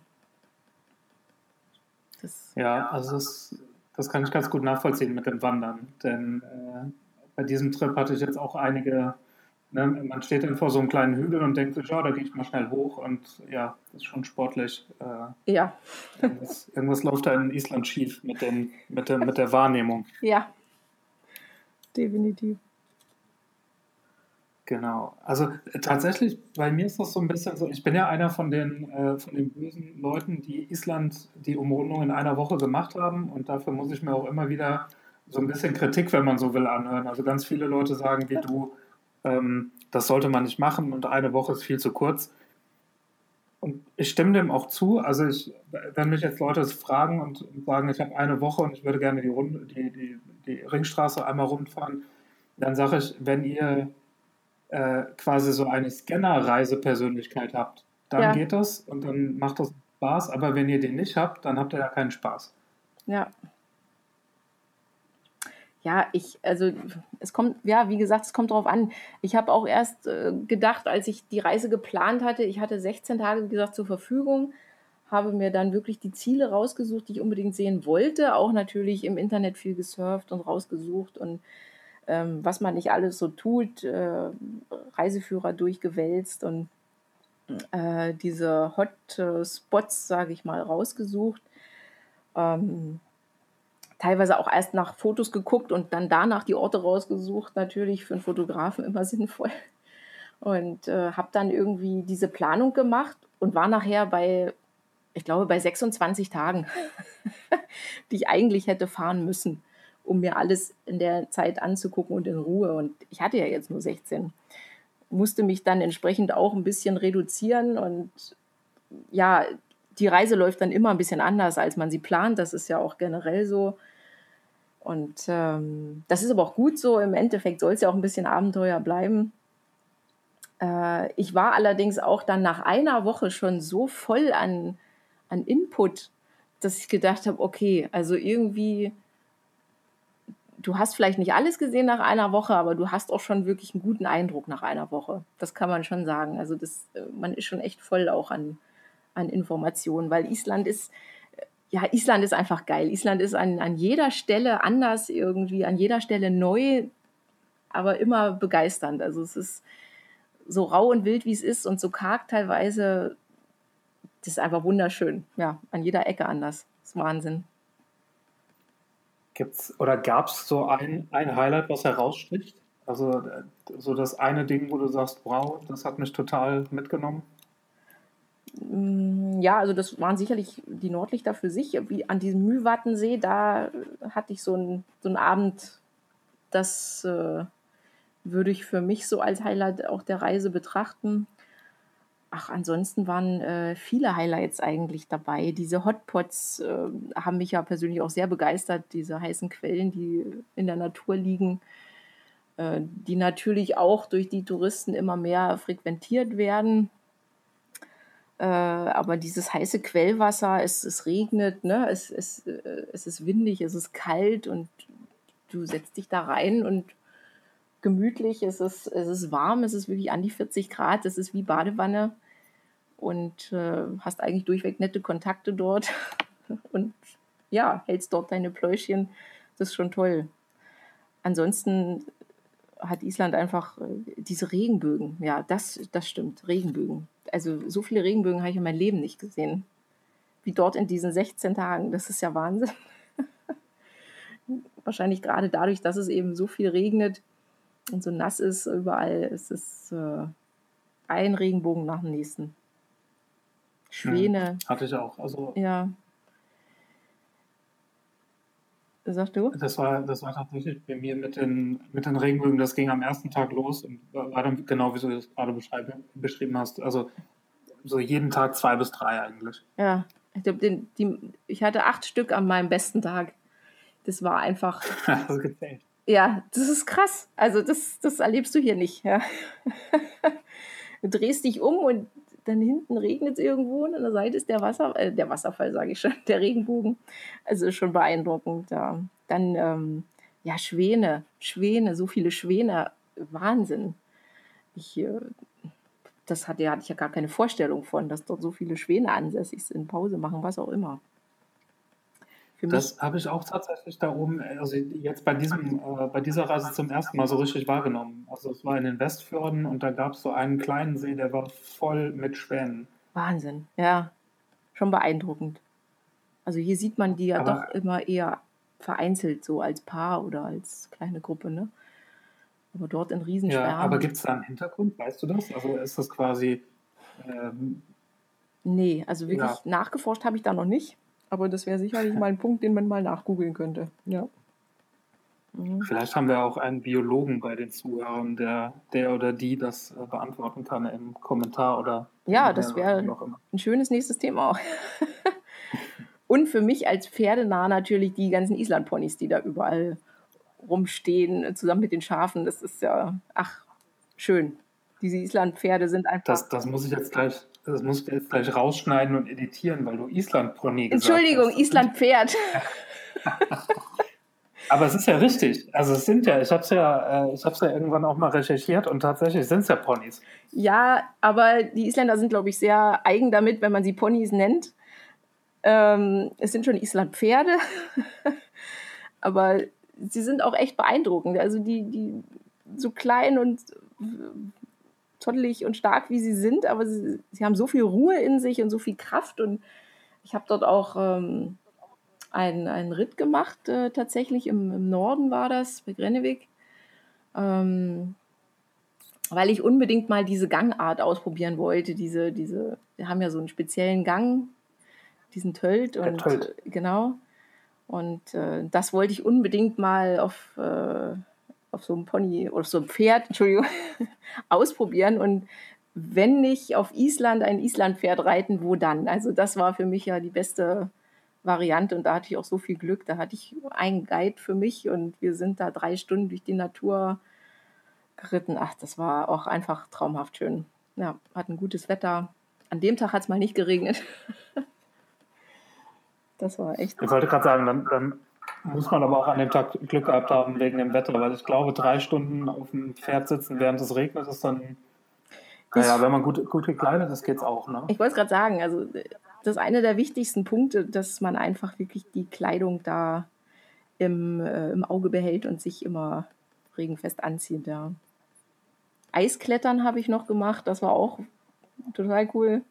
das, Ja, also das kann ich ganz gut nachvollziehen mit dem Wandern. Denn bei diesem Trip hatte ich jetzt auch einige, ne, man steht dann vor so einem kleinen Hügel und denkt sich, ja, da gehe ich mal schnell hoch und ja, das ist schon sportlich. ja, Irgendwas läuft da in Island schief mit der Wahrnehmung. ja, definitiv. Genau. Also tatsächlich, bei mir ist das so ein bisschen so, ich bin ja einer von den bösen Leuten, die Island die Umrundung in einer Woche gemacht haben und dafür muss ich mir auch immer wieder so ein bisschen Kritik, wenn man so will, anhören. Also ganz viele Leute sagen wie du, das sollte man nicht machen und eine Woche ist viel zu kurz. Und ich stimme dem auch zu. Also wenn mich jetzt Leute fragen und sagen, ich habe eine Woche und ich würde gerne die Ringstraße einmal rundfahren, dann sage ich, wenn ihr quasi so eine Scanner-Reisepersönlichkeit habt, dann Ja, geht das und dann macht das Spaß. Aber wenn ihr den nicht habt, dann habt ihr ja keinen Spaß. ja. Ja, also es kommt, ja, wie gesagt, es kommt drauf an. Ich habe auch erst gedacht, als ich die Reise geplant hatte, ich hatte 16 Tage, wie gesagt, zur Verfügung, habe mir dann wirklich die Ziele rausgesucht, die ich unbedingt sehen wollte, auch natürlich im Internet viel gesurft und rausgesucht und was man nicht alles so tut, Reiseführer durchgewälzt und diese Hot-Spots, sage ich mal, rausgesucht. Teilweise auch erst nach Fotos geguckt und dann danach die Orte rausgesucht, natürlich für einen Fotografen immer sinnvoll. Und habe dann irgendwie diese Planung gemacht und war nachher ich glaube, bei 26 Tagen, die ich eigentlich hätte fahren müssen, um mir alles in der Zeit anzugucken und in Ruhe. Und ich hatte ja jetzt nur 16. Musste mich dann entsprechend auch ein bisschen reduzieren. Und ja, die Reise läuft dann immer ein bisschen anders, als man sie plant. Das ist ja auch generell so. Und das ist aber auch gut so. Im Endeffekt soll es ja auch ein bisschen Abenteuer bleiben. Ich war allerdings auch dann nach einer Woche schon so voll an Input, dass ich gedacht habe, okay, also irgendwie, du hast vielleicht nicht alles gesehen nach einer Woche, aber du hast auch schon wirklich einen guten Eindruck nach einer Woche. Das kann man schon sagen. Also man ist schon echt voll auch an Informationen, weil Island ist einfach geil. Island ist an jeder Stelle anders irgendwie, an jeder Stelle neu, aber immer begeisternd. Also es ist so rau und wild, wie es ist und so karg teilweise, das ist einfach wunderschön. Ja, an jeder Ecke anders. Das ist Wahnsinn. Gab es so ein Highlight, was heraussticht? Also so das eine Ding, wo du sagst, wow, das hat mich total mitgenommen? Ja, also das waren sicherlich die Nordlichter für sich. Wie an diesem Mývatnsee, da hatte ich so einen Abend, das würde ich für mich so als Highlight auch der Reise betrachten. Ach, ansonsten waren viele Highlights eigentlich dabei. Diese Hotpots haben mich ja persönlich auch sehr begeistert, diese heißen Quellen, die in der Natur liegen, die natürlich auch durch die Touristen immer mehr frequentiert werden. Aber dieses heiße Quellwasser, es regnet, ne? Es ist windig, es ist kalt und du setzt dich da rein und gemütlich, es ist warm, es ist wirklich an die 40 Grad, es ist wie Badewanne und hast eigentlich durchweg nette Kontakte dort und ja, hältst dort deine Pläuschchen. Das ist schon toll. Ansonsten hat Island einfach diese Regenbögen. Ja, das stimmt, Regenbögen. Also so viele Regenbögen habe ich in meinem Leben nicht gesehen, wie dort in diesen 16 Tagen. Das ist ja Wahnsinn. Wahrscheinlich gerade dadurch, dass es eben so viel regnet und so nass ist überall. Es ist ein Regenbogen nach dem nächsten. Schwäne. Hatte ich auch. Also Ja. Sagst du? das war tatsächlich bei mir mit den Regenbögen, das ging am ersten Tag los und war dann genau, wie du das gerade beschrieben hast. Also so jeden Tag 2 bis 3 eigentlich. Ja, ich glaube, ich hatte 8 Stück an meinem besten Tag. Das war einfach, Das gezählt. ja, das ist krass. Also das erlebst du hier nicht. Ja. Du drehst dich um und dann hinten regnet es irgendwo und an der Seite ist der Wasserfall, sage ich schon, der Regenbogen. Also ist schon beeindruckend. Ja. Dann, ja, Schwäne, so viele Schwäne, Wahnsinn. Hatte ich ja gar keine Vorstellung von, dass dort so viele Schwäne ansässig sind, Pause machen, was auch immer. Das habe ich auch tatsächlich da oben, also jetzt bei dieser Reise zum ersten Mal so richtig wahrgenommen. Also es war in den Westfjorden und da gab es so einen kleinen See, der war voll mit Schwänen. Wahnsinn, ja, schon beeindruckend. Also hier sieht man die ja doch immer eher vereinzelt, so als Paar oder als kleine Gruppe, ne? Aber dort in Riesenschwärmen. Ja, aber gibt es da einen Hintergrund, weißt du das? Also ist das quasi... nee, also wirklich nachgeforscht habe ich da noch nicht. Aber das wäre sicherlich mal ein Punkt, den man mal nachgoogeln könnte. Ja. Vielleicht haben wir auch einen Biologen bei den Zuhörern, der oder die das beantworten kann im Kommentar oder... Ja, das wäre ein schönes nächstes Thema auch. Und für mich als Pferdenah natürlich die ganzen Islandponys, die da überall rumstehen, zusammen mit den Schafen. Das ist ja, schön. Diese Islandpferde sind einfach... Das muss ich jetzt gleich rausschneiden und editieren, weil du Island-Pony gesagt hast. Entschuldigung, Islandpferd. Aber es ist ja richtig. Also es sind ja, ich hab's ja irgendwann auch mal recherchiert und tatsächlich sind es ja Ponys. Ja, aber die Isländer sind, glaube ich, sehr eigen damit, wenn man sie Ponys nennt. Es sind schon Islandpferde, aber sie sind auch echt beeindruckend. Also die so klein und toddelig und stark, wie sie sind, aber sie haben so viel Ruhe in sich und so viel Kraft. Und ich habe dort auch einen Ritt gemacht, tatsächlich im Norden war das, bei Grenneweg, weil ich unbedingt mal diese Gangart ausprobieren wollte. Wir haben ja so einen speziellen Gang, diesen Tölt. Der Tölt. Genau. Und das wollte ich unbedingt mal auf so einem Pony oder auf so einem Pferd, Entschuldigung, ausprobieren. Und wenn nicht auf Island ein Islandpferd reiten, wo dann? Also das war für mich ja die beste Variante und da hatte ich auch so viel Glück. Da hatte ich einen Guide für mich und wir sind da 3 Stunden durch die Natur geritten. Ach, das war auch einfach traumhaft schön. Ja, hatten gutes Wetter. An dem Tag hat es mal nicht geregnet. Das war echt. Ich wollte gerade sagen, dann muss man aber auch an dem Tag Glück gehabt haben wegen dem Wetter, weil ich glaube, 3 Stunden auf dem Pferd sitzen, während es regnet, ist dann, naja, wenn man gut gekleidet ist, geht's auch, ne? Ich wollte es gerade sagen, also das ist einer der wichtigsten Punkte, dass man einfach wirklich die Kleidung da im Auge behält und sich immer regenfest anzieht. Ja. Eisklettern habe ich noch gemacht, das war auch total cool.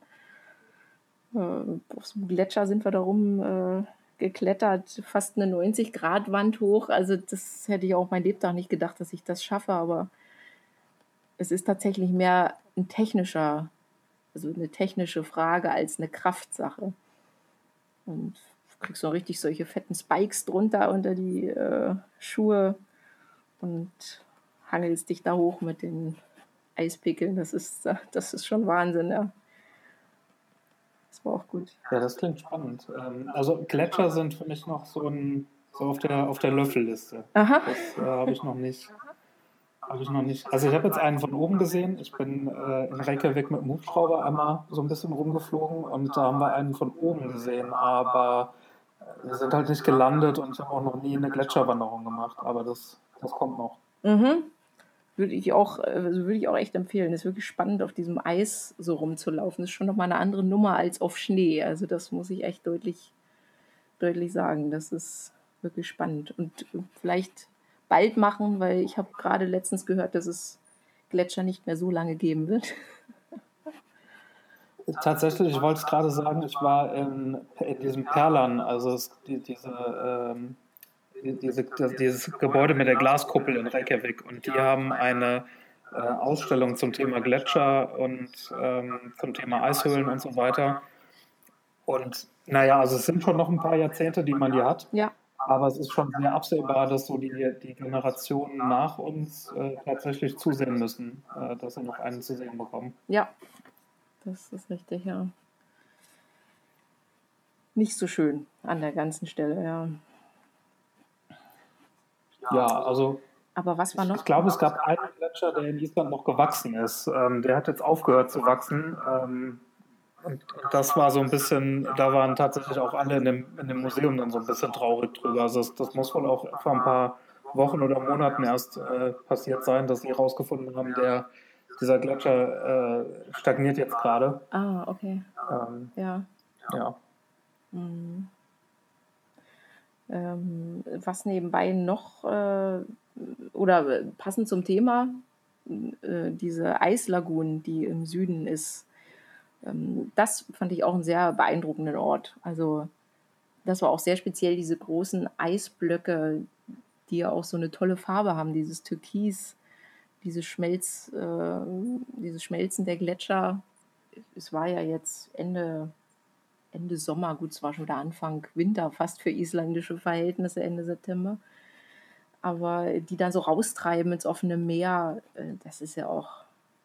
Auf so einem Gletscher sind wir da rum geklettert, fast eine 90-Grad-Wand hoch. Also das hätte ich auch mein Lebtag nicht gedacht, dass ich das schaffe, aber es ist tatsächlich mehr eine technische Frage als eine Kraftsache. Und du kriegst noch richtig solche fetten Spikes drunter unter die Schuhe und hangelst dich da hoch mit den Eispickeln. Das ist schon Wahnsinn, ja. Das war auch gut. Ja, das klingt spannend. Also Gletscher sind für mich noch so auf der Löffelliste. Aha. Das habe ich noch nicht. Also ich habe jetzt einen von oben gesehen. Ich bin in Reykjavik mit dem Hubschrauber einmal so ein bisschen rumgeflogen und da haben wir einen von oben gesehen, aber wir sind halt nicht gelandet und ich habe auch noch nie eine Gletscherwanderung gemacht, aber das kommt noch. Mhm. Würde ich auch echt empfehlen. Das ist wirklich spannend, auf diesem Eis so rumzulaufen. Das ist schon nochmal eine andere Nummer als auf Schnee. Also das muss ich echt deutlich sagen. Das ist wirklich spannend. Und vielleicht bald machen, weil ich habe gerade letztens gehört, dass es Gletscher nicht mehr so lange geben wird. Tatsächlich, ich wollte es gerade sagen, ich war in diesem Perlan, also dieses Gebäude mit der Glaskuppel in Reykjavik und die haben eine Ausstellung zum Thema Gletscher und zum Thema Eishöhlen und so weiter. Und naja, also es sind schon noch ein paar Jahrzehnte, die man hier hat, Ja, aber es ist schon sehr absehbar, dass so die Generationen nach uns tatsächlich zusehen müssen, dass sie noch einen zu sehen bekommen. ja, das ist richtig, ja. Nicht so schön an der ganzen Stelle, ja. Ja, also Aber was war noch? ich glaube, es gab einen Gletscher, der in Island noch gewachsen ist. Der hat jetzt aufgehört zu wachsen. Und das war so ein bisschen, da waren tatsächlich auch alle in dem Museum dann so ein bisschen traurig drüber. Also das muss wohl auch vor ein paar Wochen oder Monaten erst passiert sein, dass sie herausgefunden haben, dieser Gletscher stagniert jetzt gerade. Ah, okay. Ja. Ja. Was nebenbei noch oder passend zum Thema, diese Eislagune, die im Süden ist, das fand ich auch einen sehr beeindruckenden Ort. Also das war auch sehr speziell, diese großen Eisblöcke, die ja auch so eine tolle Farbe haben, dieses Türkis, dieses Schmelzen der Gletscher. Es war ja jetzt Ende Sommer, gut, es war schon wieder Anfang Winter, fast für isländische Verhältnisse, Ende September. Aber die dann so raustreiben ins offene Meer, das ist ja auch,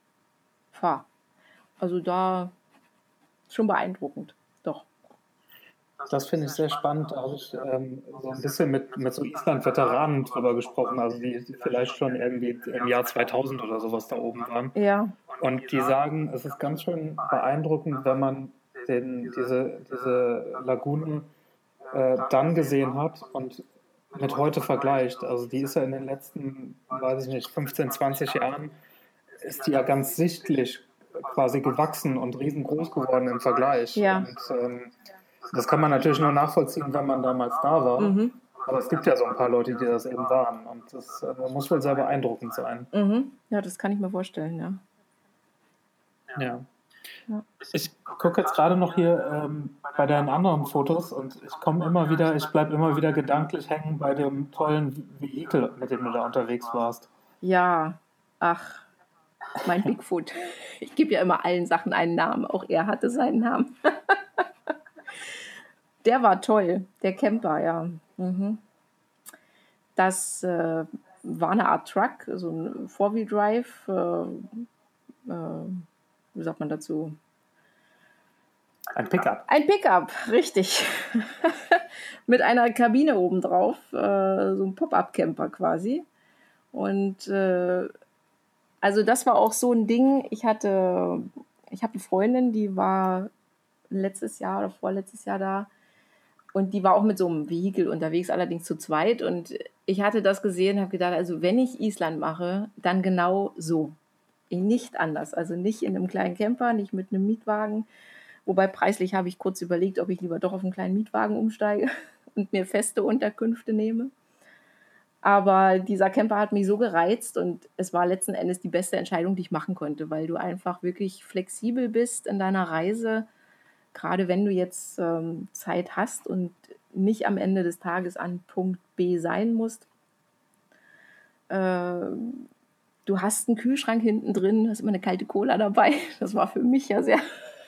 also da schon beeindruckend, doch. Das finde ich sehr spannend. Da habe ich so ein bisschen mit so Island-Veteranen drüber gesprochen, also die vielleicht schon irgendwie im Jahr 2000 oder sowas da oben waren. Ja, Und die sagen, es ist ganz schön beeindruckend, wenn man diese Lagune dann gesehen hat und mit heute vergleicht. Also die ist ja in den letzten, weiß ich nicht, 15, 20 Jahren, ist die ja ganz sichtlich quasi gewachsen und riesengroß geworden im Vergleich. Ja. Und das kann man natürlich nur nachvollziehen, wenn man damals da war. Aber es gibt ja so ein paar Leute, die das eben waren. Und das muss wohl sehr beeindruckend sein. Ja, das kann ich mir vorstellen, ja. Ja. Ja. Ich gucke jetzt gerade noch hier bei deinen anderen Fotos und ich bleibe immer wieder gedanklich hängen bei dem tollen Vehikel, mit dem du da unterwegs warst. Ja, ach, mein Bigfoot. Ich gebe ja immer allen Sachen einen Namen. Auch er hatte seinen Namen. Der war toll, der Camper, ja. Mhm. Das war eine Art Truck, so ein Four-Wheel-Drive. Wie sagt man dazu? Ein Pickup. Ein Pickup, richtig. Mit einer Kabine obendrauf, so ein Pop-up-Camper quasi. Und also das war auch so ein Ding. Ich habe eine Freundin, die war letztes Jahr oder vorletztes Jahr da. Und die war auch mit so einem Vehikel unterwegs, allerdings zu zweit. Und ich hatte das gesehen und habe gedacht, also wenn ich Island mache, dann genau so. Nicht anders. Also nicht in einem kleinen Camper, nicht mit einem Mietwagen. Wobei preislich habe ich kurz überlegt, ob ich lieber doch auf einen kleinen Mietwagen umsteige und mir feste Unterkünfte nehme. Aber dieser Camper hat mich so gereizt und es war letzten Endes die beste Entscheidung, die ich machen konnte, weil du einfach wirklich flexibel bist in deiner Reise, gerade wenn du jetzt Zeit hast und nicht am Ende des Tages an Punkt B sein musst. Du hast einen Kühlschrank hinten drin, hast immer eine kalte Cola dabei. Das war für mich ja sehr,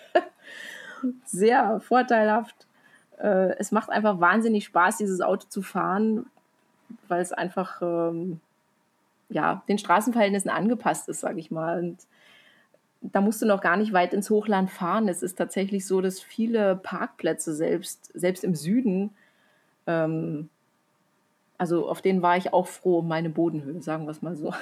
sehr vorteilhaft. Es macht einfach wahnsinnig Spaß, dieses Auto zu fahren, weil es einfach den Straßenverhältnissen angepasst ist, sage ich mal. Und da musst du noch gar nicht weit ins Hochland fahren. Es ist tatsächlich so, dass viele Parkplätze selbst im Süden, also auf denen war ich auch froh um meine Bodenhöhe, sagen wir es mal so.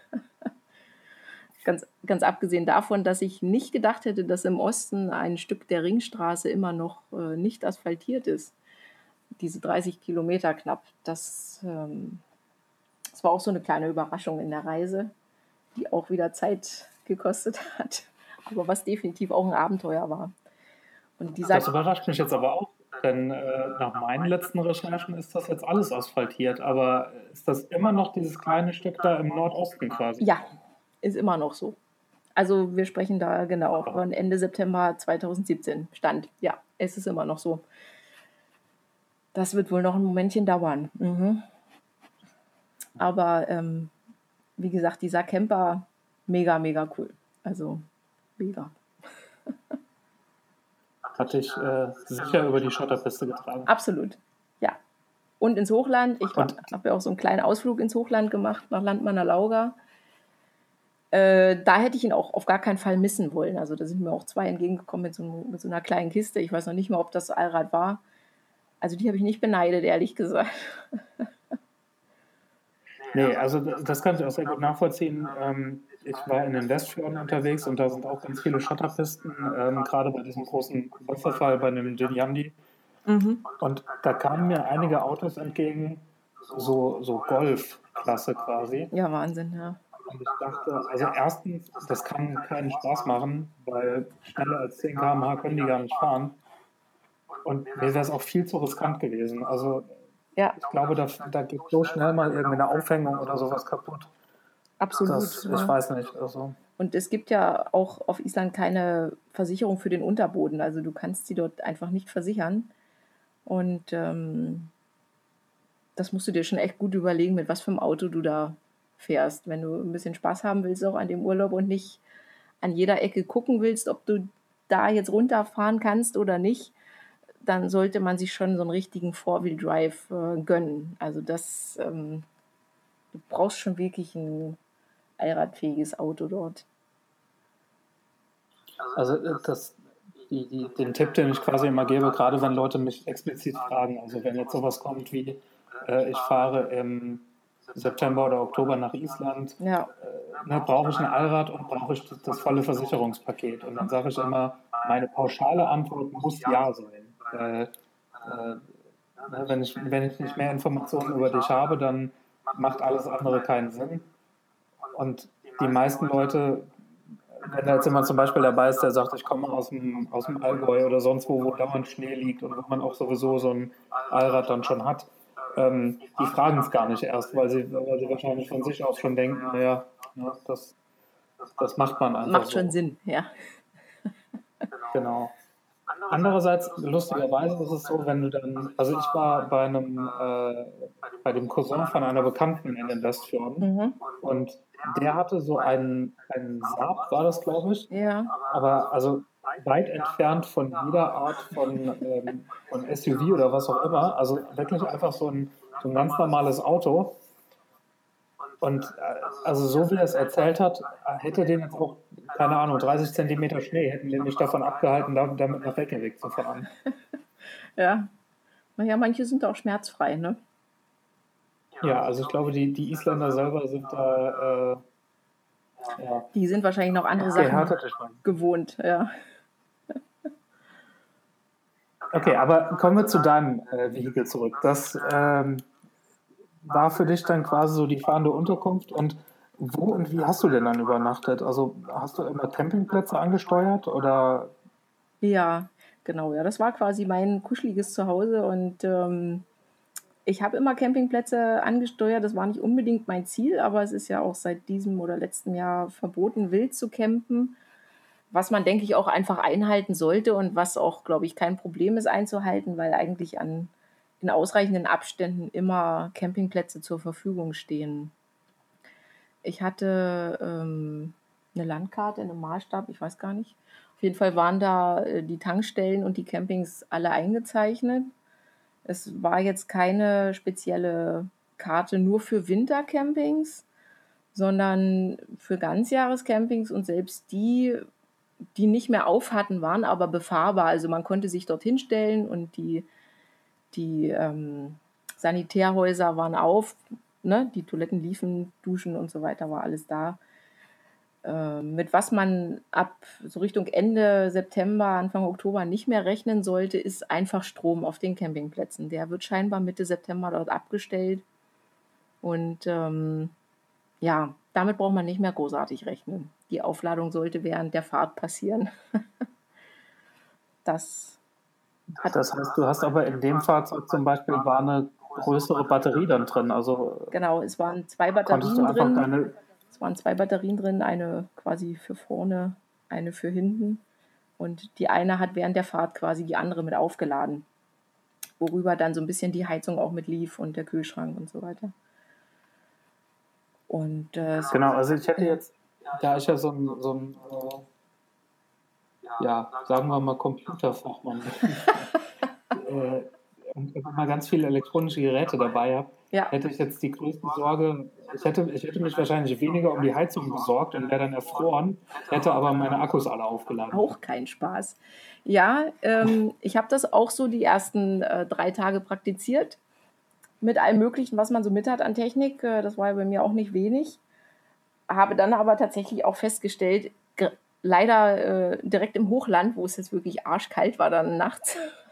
Ganz abgesehen davon, dass ich nicht gedacht hätte, dass im Osten ein Stück der Ringstraße immer noch nicht asphaltiert ist. Diese 30 Kilometer knapp. Das war auch so eine kleine Überraschung in der Reise, die auch wieder Zeit gekostet hat, aber was definitiv auch ein Abenteuer war. Und Das überrascht mich jetzt aber auch, denn nach meinen letzten Recherchen ist das jetzt alles asphaltiert, aber ist das immer noch dieses kleine Stück da im Nordosten quasi? Ja, ist immer noch so. Also wir sprechen da genau von Ende September 2017 Stand. Ja, es ist immer noch so. Das wird wohl noch ein Momentchen dauern. Mhm. Aber wie gesagt, dieser Camper, mega, mega cool. Also mega. Hat dich sicher über die Schotterpiste getragen. Absolut, ja. Und ins Hochland. Ich habe ja auch so einen kleinen Ausflug ins Hochland gemacht, nach Landmanner Lauga. Da hätte ich ihn auch auf gar keinen Fall missen wollen. Also da sind mir auch zwei entgegengekommen mit so einer kleinen Kiste. Ich weiß noch nicht mal, ob das Allrad war. Also die habe ich nicht beneidet, ehrlich gesagt. Nee, also das kann ich auch sehr gut nachvollziehen. Ich war in den Westfjorden unterwegs und da sind auch ganz viele Schotterpisten, gerade bei diesem großen Wasserfall bei dem Viljandi. Mhm. Und da kamen mir einige Autos entgegen, so Golf-Klasse quasi. Ja, Wahnsinn, ja. Und ich dachte, also erstens, das kann keinen Spaß machen, weil schneller als 10 km/h können die gar nicht fahren. Und mir wäre es auch viel zu riskant gewesen. Also Ja, ich glaube, da geht so schnell mal irgendwie eine Aufhängung oder sowas kaputt. absolut. Ich weiß nicht. Also. Und es gibt ja auch auf Island keine Versicherung für den Unterboden. Also du kannst sie dort einfach nicht versichern. Und das musst du dir schon echt gut überlegen, mit was für einem Auto du da fährst. Wenn du ein bisschen Spaß haben willst auch an dem Urlaub und nicht an jeder Ecke gucken willst, ob du da jetzt runterfahren kannst oder nicht, dann sollte man sich schon so einen richtigen Four-Wheel-Drive gönnen. Also du brauchst schon wirklich ein allradfähiges Auto dort. Also den Tipp, den ich quasi immer gebe, gerade wenn Leute mich explizit fragen, also wenn jetzt sowas kommt wie, ich fahre im September oder Oktober nach Island, Ja. Brauche ich ein Allrad und brauche ich das volle Versicherungspaket? Und dann sage ich immer, meine pauschale Antwort muss ja sein. Weil wenn ich nicht mehr Informationen über dich habe, dann macht alles andere keinen Sinn. Und die meisten Leute, wenn da jetzt jemand zum Beispiel dabei ist, der sagt, ich komme aus dem Allgäu oder sonst wo dauernd Schnee liegt und wo man auch sowieso so ein Allrad dann schon hat, die fragen es gar nicht erst, weil sie wahrscheinlich von sich aus schon denken, naja, das Das macht man einfach Macht schon so. Sinn, ja. Genau. Andererseits, lustigerweise ist es so, wenn du dann, also ich war bei dem Cousin von einer Bekannten in den Westfjorden und der hatte so einen Saab, war das, glaube ich, Ja, aber also weit entfernt von jeder Art von SUV oder was auch immer, also wirklich einfach so ein ganz normales Auto. Und also so wie er es erzählt hat, hätte den jetzt auch, keine Ahnung, 30 Zentimeter Schnee, hätten den nicht davon abgehalten, damit nach Reykjavik zu fahren. ja. Naja, manche sind auch schmerzfrei, ne? Ja, also ich glaube, die Isländer selber sind da Die sind wahrscheinlich noch andere Sachen gehärtet. Ich meine. gewohnt, ja. Okay, aber kommen wir zu deinem Vehikel zurück. Das war für dich dann quasi so die fahrende Unterkunft. Und wo und wie hast du denn dann übernachtet? Also hast du immer Campingplätze angesteuert oder? Ja, genau, ja. Das war quasi mein kuscheliges Zuhause und ich habe immer Campingplätze angesteuert. Das war nicht unbedingt mein Ziel, aber es ist ja auch seit diesem oder letzten Jahr verboten, wild zu campen, was man, denke ich, auch einfach einhalten sollte und was auch, glaube ich, kein Problem ist einzuhalten, weil eigentlich in ausreichenden Abständen immer Campingplätze zur Verfügung stehen. Ich hatte eine Landkarte in einem Maßstab, ich weiß gar nicht. Auf jeden Fall waren da die Tankstellen und die Campings alle eingezeichnet. Es war jetzt keine spezielle Karte nur für Wintercampings, sondern für Ganzjahrescampings und selbst die nicht mehr auf hatten, waren aber befahrbar. Also man konnte sich dorthin stellen und die Sanitärhäuser waren auf, ne? Die Toiletten liefen, Duschen und so weiter war alles da. Mit was man ab so Richtung Ende September, Anfang Oktober nicht mehr rechnen sollte, ist einfach Strom auf den Campingplätzen. Der wird scheinbar Mitte September dort abgestellt. Und ja, damit braucht man nicht mehr großartig rechnen. Die Aufladung sollte während der Fahrt passieren. Das hat Das heißt, du hast aber in dem Fahrzeug zum Beispiel war eine größere Batterie dann drin. Also genau, es waren zwei konntest du Batterien einfach drin. deine. Es waren zwei Batterien drin, eine quasi für vorne, eine für hinten. Und die eine hat während der Fahrt quasi die andere mit aufgeladen, worüber dann so ein bisschen die Heizung auch mit lief und der Kühlschrank und so weiter. Und Genau, also ich hätte jetzt, da ich ja ja, sagen wir mal Computerfachmann und immer ganz viele elektronische Geräte dabei habe, ja, hätte ich jetzt die größte Sorge, ich hätte mich wahrscheinlich weniger um die Heizung besorgt und wäre dann erfroren, hätte aber meine Akkus alle aufgeladen. auch kein Spaß. Ja, ich habe das auch so die ersten 3 Tage praktiziert. Mit allem Möglichen, was man so mit hat an Technik. Das war ja bei mir auch nicht wenig. Habe dann aber tatsächlich auch festgestellt, leider direkt im Hochland, wo es jetzt wirklich arschkalt war dann nachts,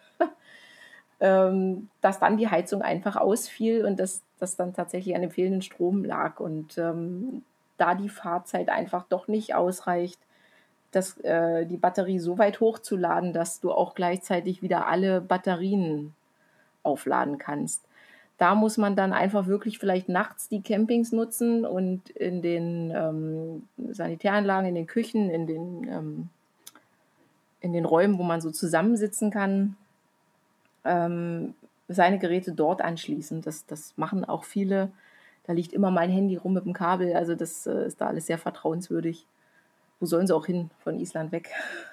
dass dann die Heizung einfach ausfiel und das dann tatsächlich an dem fehlenden Strom lag. Und da die Fahrzeit einfach doch nicht ausreicht, die Batterie so weit hochzuladen, dass du auch gleichzeitig wieder alle Batterien aufladen kannst. Da muss man dann einfach wirklich vielleicht nachts die Campings nutzen und in den Sanitäranlagen, in den Küchen, in den Räumen, wo man so zusammensitzen kann, seine Geräte dort anschließen. Das machen auch viele. Da liegt immer mein Handy rum mit dem Kabel. Also das ist da alles sehr vertrauenswürdig. Wo sollen sie auch hin? Von Island weg.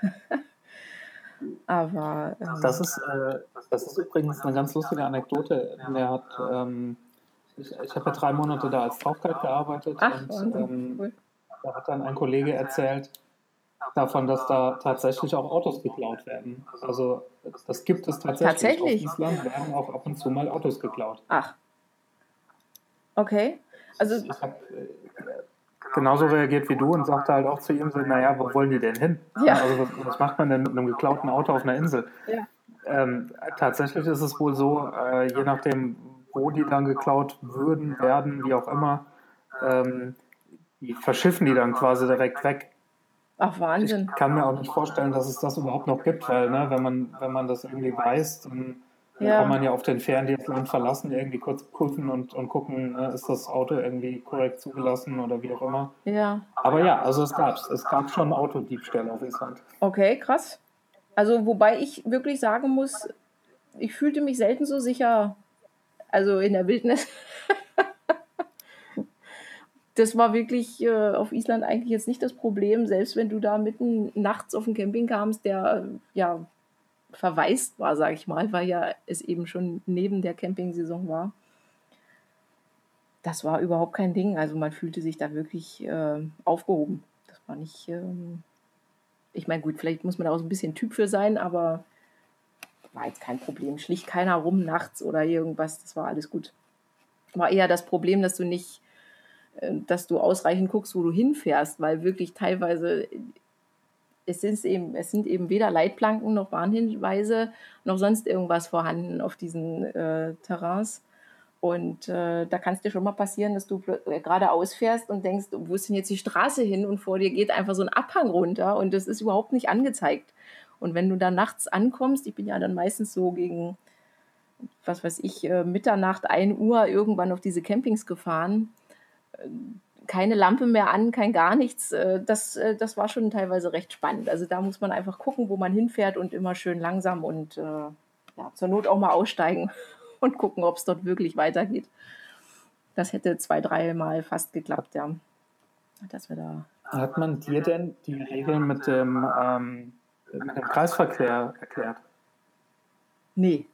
Aber Das ist übrigens eine ganz lustige Anekdote. Ich habe ja 3 Monate da als Tauchguide gearbeitet und cool. da hat dann ein Kollege erzählt davon, dass da tatsächlich auch Autos geklaut werden. Also das gibt es tatsächlich. Auf Island werden auch ab und zu mal Autos geklaut. Ach. Okay. Also ich habe genauso reagiert wie du und sagte halt auch zu ihm so, naja, wo wollen die denn hin? Ja. Also was macht man denn mit einem geklauten Auto auf einer Insel? Ja. Tatsächlich ist es wohl so, je nachdem, wo die dann geklaut werden, wie auch immer, die verschiffen die dann quasi direkt weg. Ach, Wahnsinn. Ich kann mir auch nicht vorstellen, dass es das überhaupt noch gibt, weil, ne, wenn man das irgendwie weiß, dann Dann kann Ja, man ja auf den Fähren, die das Land verlassen, irgendwie kurz prüfen und gucken, ist das Auto irgendwie korrekt zugelassen oder wie auch immer. ja. Aber ja, also es gab's. Es gab schon Autodiebstähle auf Island. Okay, krass. Also, wobei ich wirklich sagen muss, ich fühlte mich selten so sicher, also in der Wildnis. Das war wirklich auf Island eigentlich jetzt nicht das Problem, selbst wenn du da mitten nachts auf den Camping kamst, der ja verwaist war, sage ich mal, weil ja es eben schon neben der Campingsaison war. Das war überhaupt kein Ding. Also man fühlte sich da wirklich aufgehoben. Das war nicht, ich meine, gut, vielleicht muss man da auch so ein bisschen Typ für sein, aber war jetzt kein Problem. Schlich keiner rum nachts oder irgendwas. Das war alles gut. War eher das Problem, dass du nicht, dass du ausreichend guckst, wo du hinfährst, weil wirklich teilweise es sind eben weder Leitplanken noch Warnhinweise noch sonst irgendwas vorhanden auf diesen Terrains. Und da kann es dir schon mal passieren, dass du geradeaus fährst und denkst, wo ist denn jetzt die Straße hin? Und vor dir geht einfach so ein Abhang runter und das ist überhaupt nicht angezeigt. Und wenn du dann nachts ankommst, ich bin ja dann meistens so gegen, was weiß ich, Mitternacht, 1 Uhr irgendwann auf diese Campings gefahren, keine Lampe mehr an, kein gar nichts. Das war schon teilweise recht spannend. Also da muss man einfach gucken, wo man hinfährt und immer schön langsam und ja, zur Not auch mal aussteigen und gucken, ob es dort wirklich weitergeht. Das hätte 2, 3 Mal fast geklappt, ja. Dass wir da. Hat man dir denn die Regeln mit dem Kreisverkehr erklärt? Nee.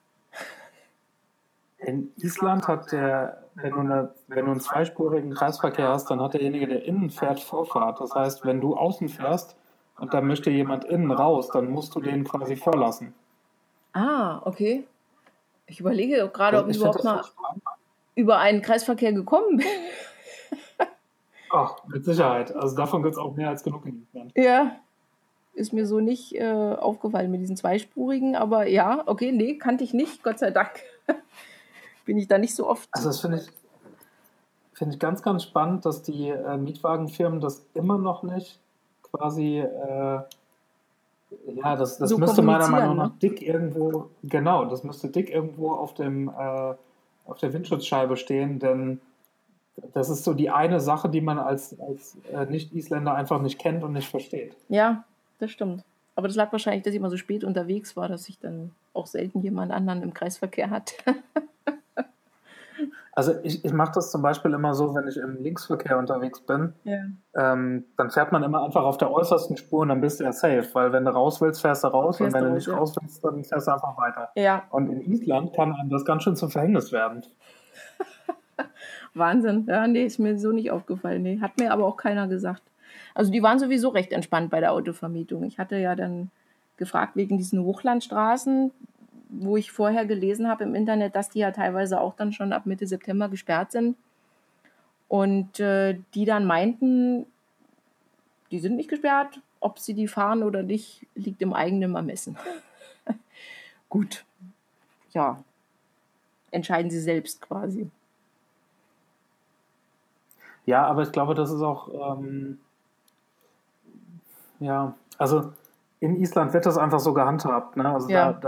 In Island hat wenn du einen zweispurigen Kreisverkehr hast, dann hat derjenige, der innen fährt, Vorfahrt. Das heißt, wenn du außen fährst und da möchte jemand innen raus, dann musst du den quasi vorlassen. Ah, okay. Ich überlege gerade, ob ich Ich finde überhaupt das mal so spannend. über einen Kreisverkehr gekommen bin. Ach, mit Sicherheit. Also davon gibt es auch mehr als genug in Island. Ja, ist mir so nicht aufgefallen mit diesen zweispurigen, aber ja, okay, nee, kannte ich nicht, Gott sei Dank. Bin ich da nicht so oft. Also das finde ich ganz, ganz spannend, dass die Mietwagenfirmen das immer noch nicht quasi, ja, das So müsste meiner kommunizieren, Meinung ne? nach dick irgendwo, genau, das müsste dick irgendwo auf auf der Windschutzscheibe stehen, denn das ist so die eine Sache, die man als Nicht-Isländer einfach nicht kennt und nicht versteht. Ja, das stimmt. Aber das lag wahrscheinlich, dass ich immer so spät unterwegs war, dass ich dann auch selten jemand anderen im Kreisverkehr hatte. Also ich mache das zum Beispiel immer so, wenn ich im Linksverkehr unterwegs bin, Ja. dann fährt man immer einfach auf der äußersten Spur und dann bist du ja safe, weil wenn du raus willst, fährst du raus und Fährst wenn du du raus, nicht ja. raus willst, dann fährst du einfach weiter. Ja, Und in Island kann einem das ganz schön zum Verhängnis werden. Wahnsinn. Ja, nee, ist mir so nicht aufgefallen. Nee, hat mir aber auch keiner gesagt. Also die waren sowieso recht entspannt bei der Autovermietung. Ich hatte ja dann gefragt wegen diesen Hochlandstraßen, wo ich vorher gelesen habe im Internet, dass die ja teilweise auch dann schon ab Mitte September gesperrt sind. Und die dann meinten, die sind nicht gesperrt, ob sie die fahren oder nicht, liegt im eigenen Ermessen. Gut, ja, entscheiden sie selbst quasi. Ja, aber ich glaube, das ist auch, ja, also in Island wird das einfach so gehandhabt, ne? Also Ja,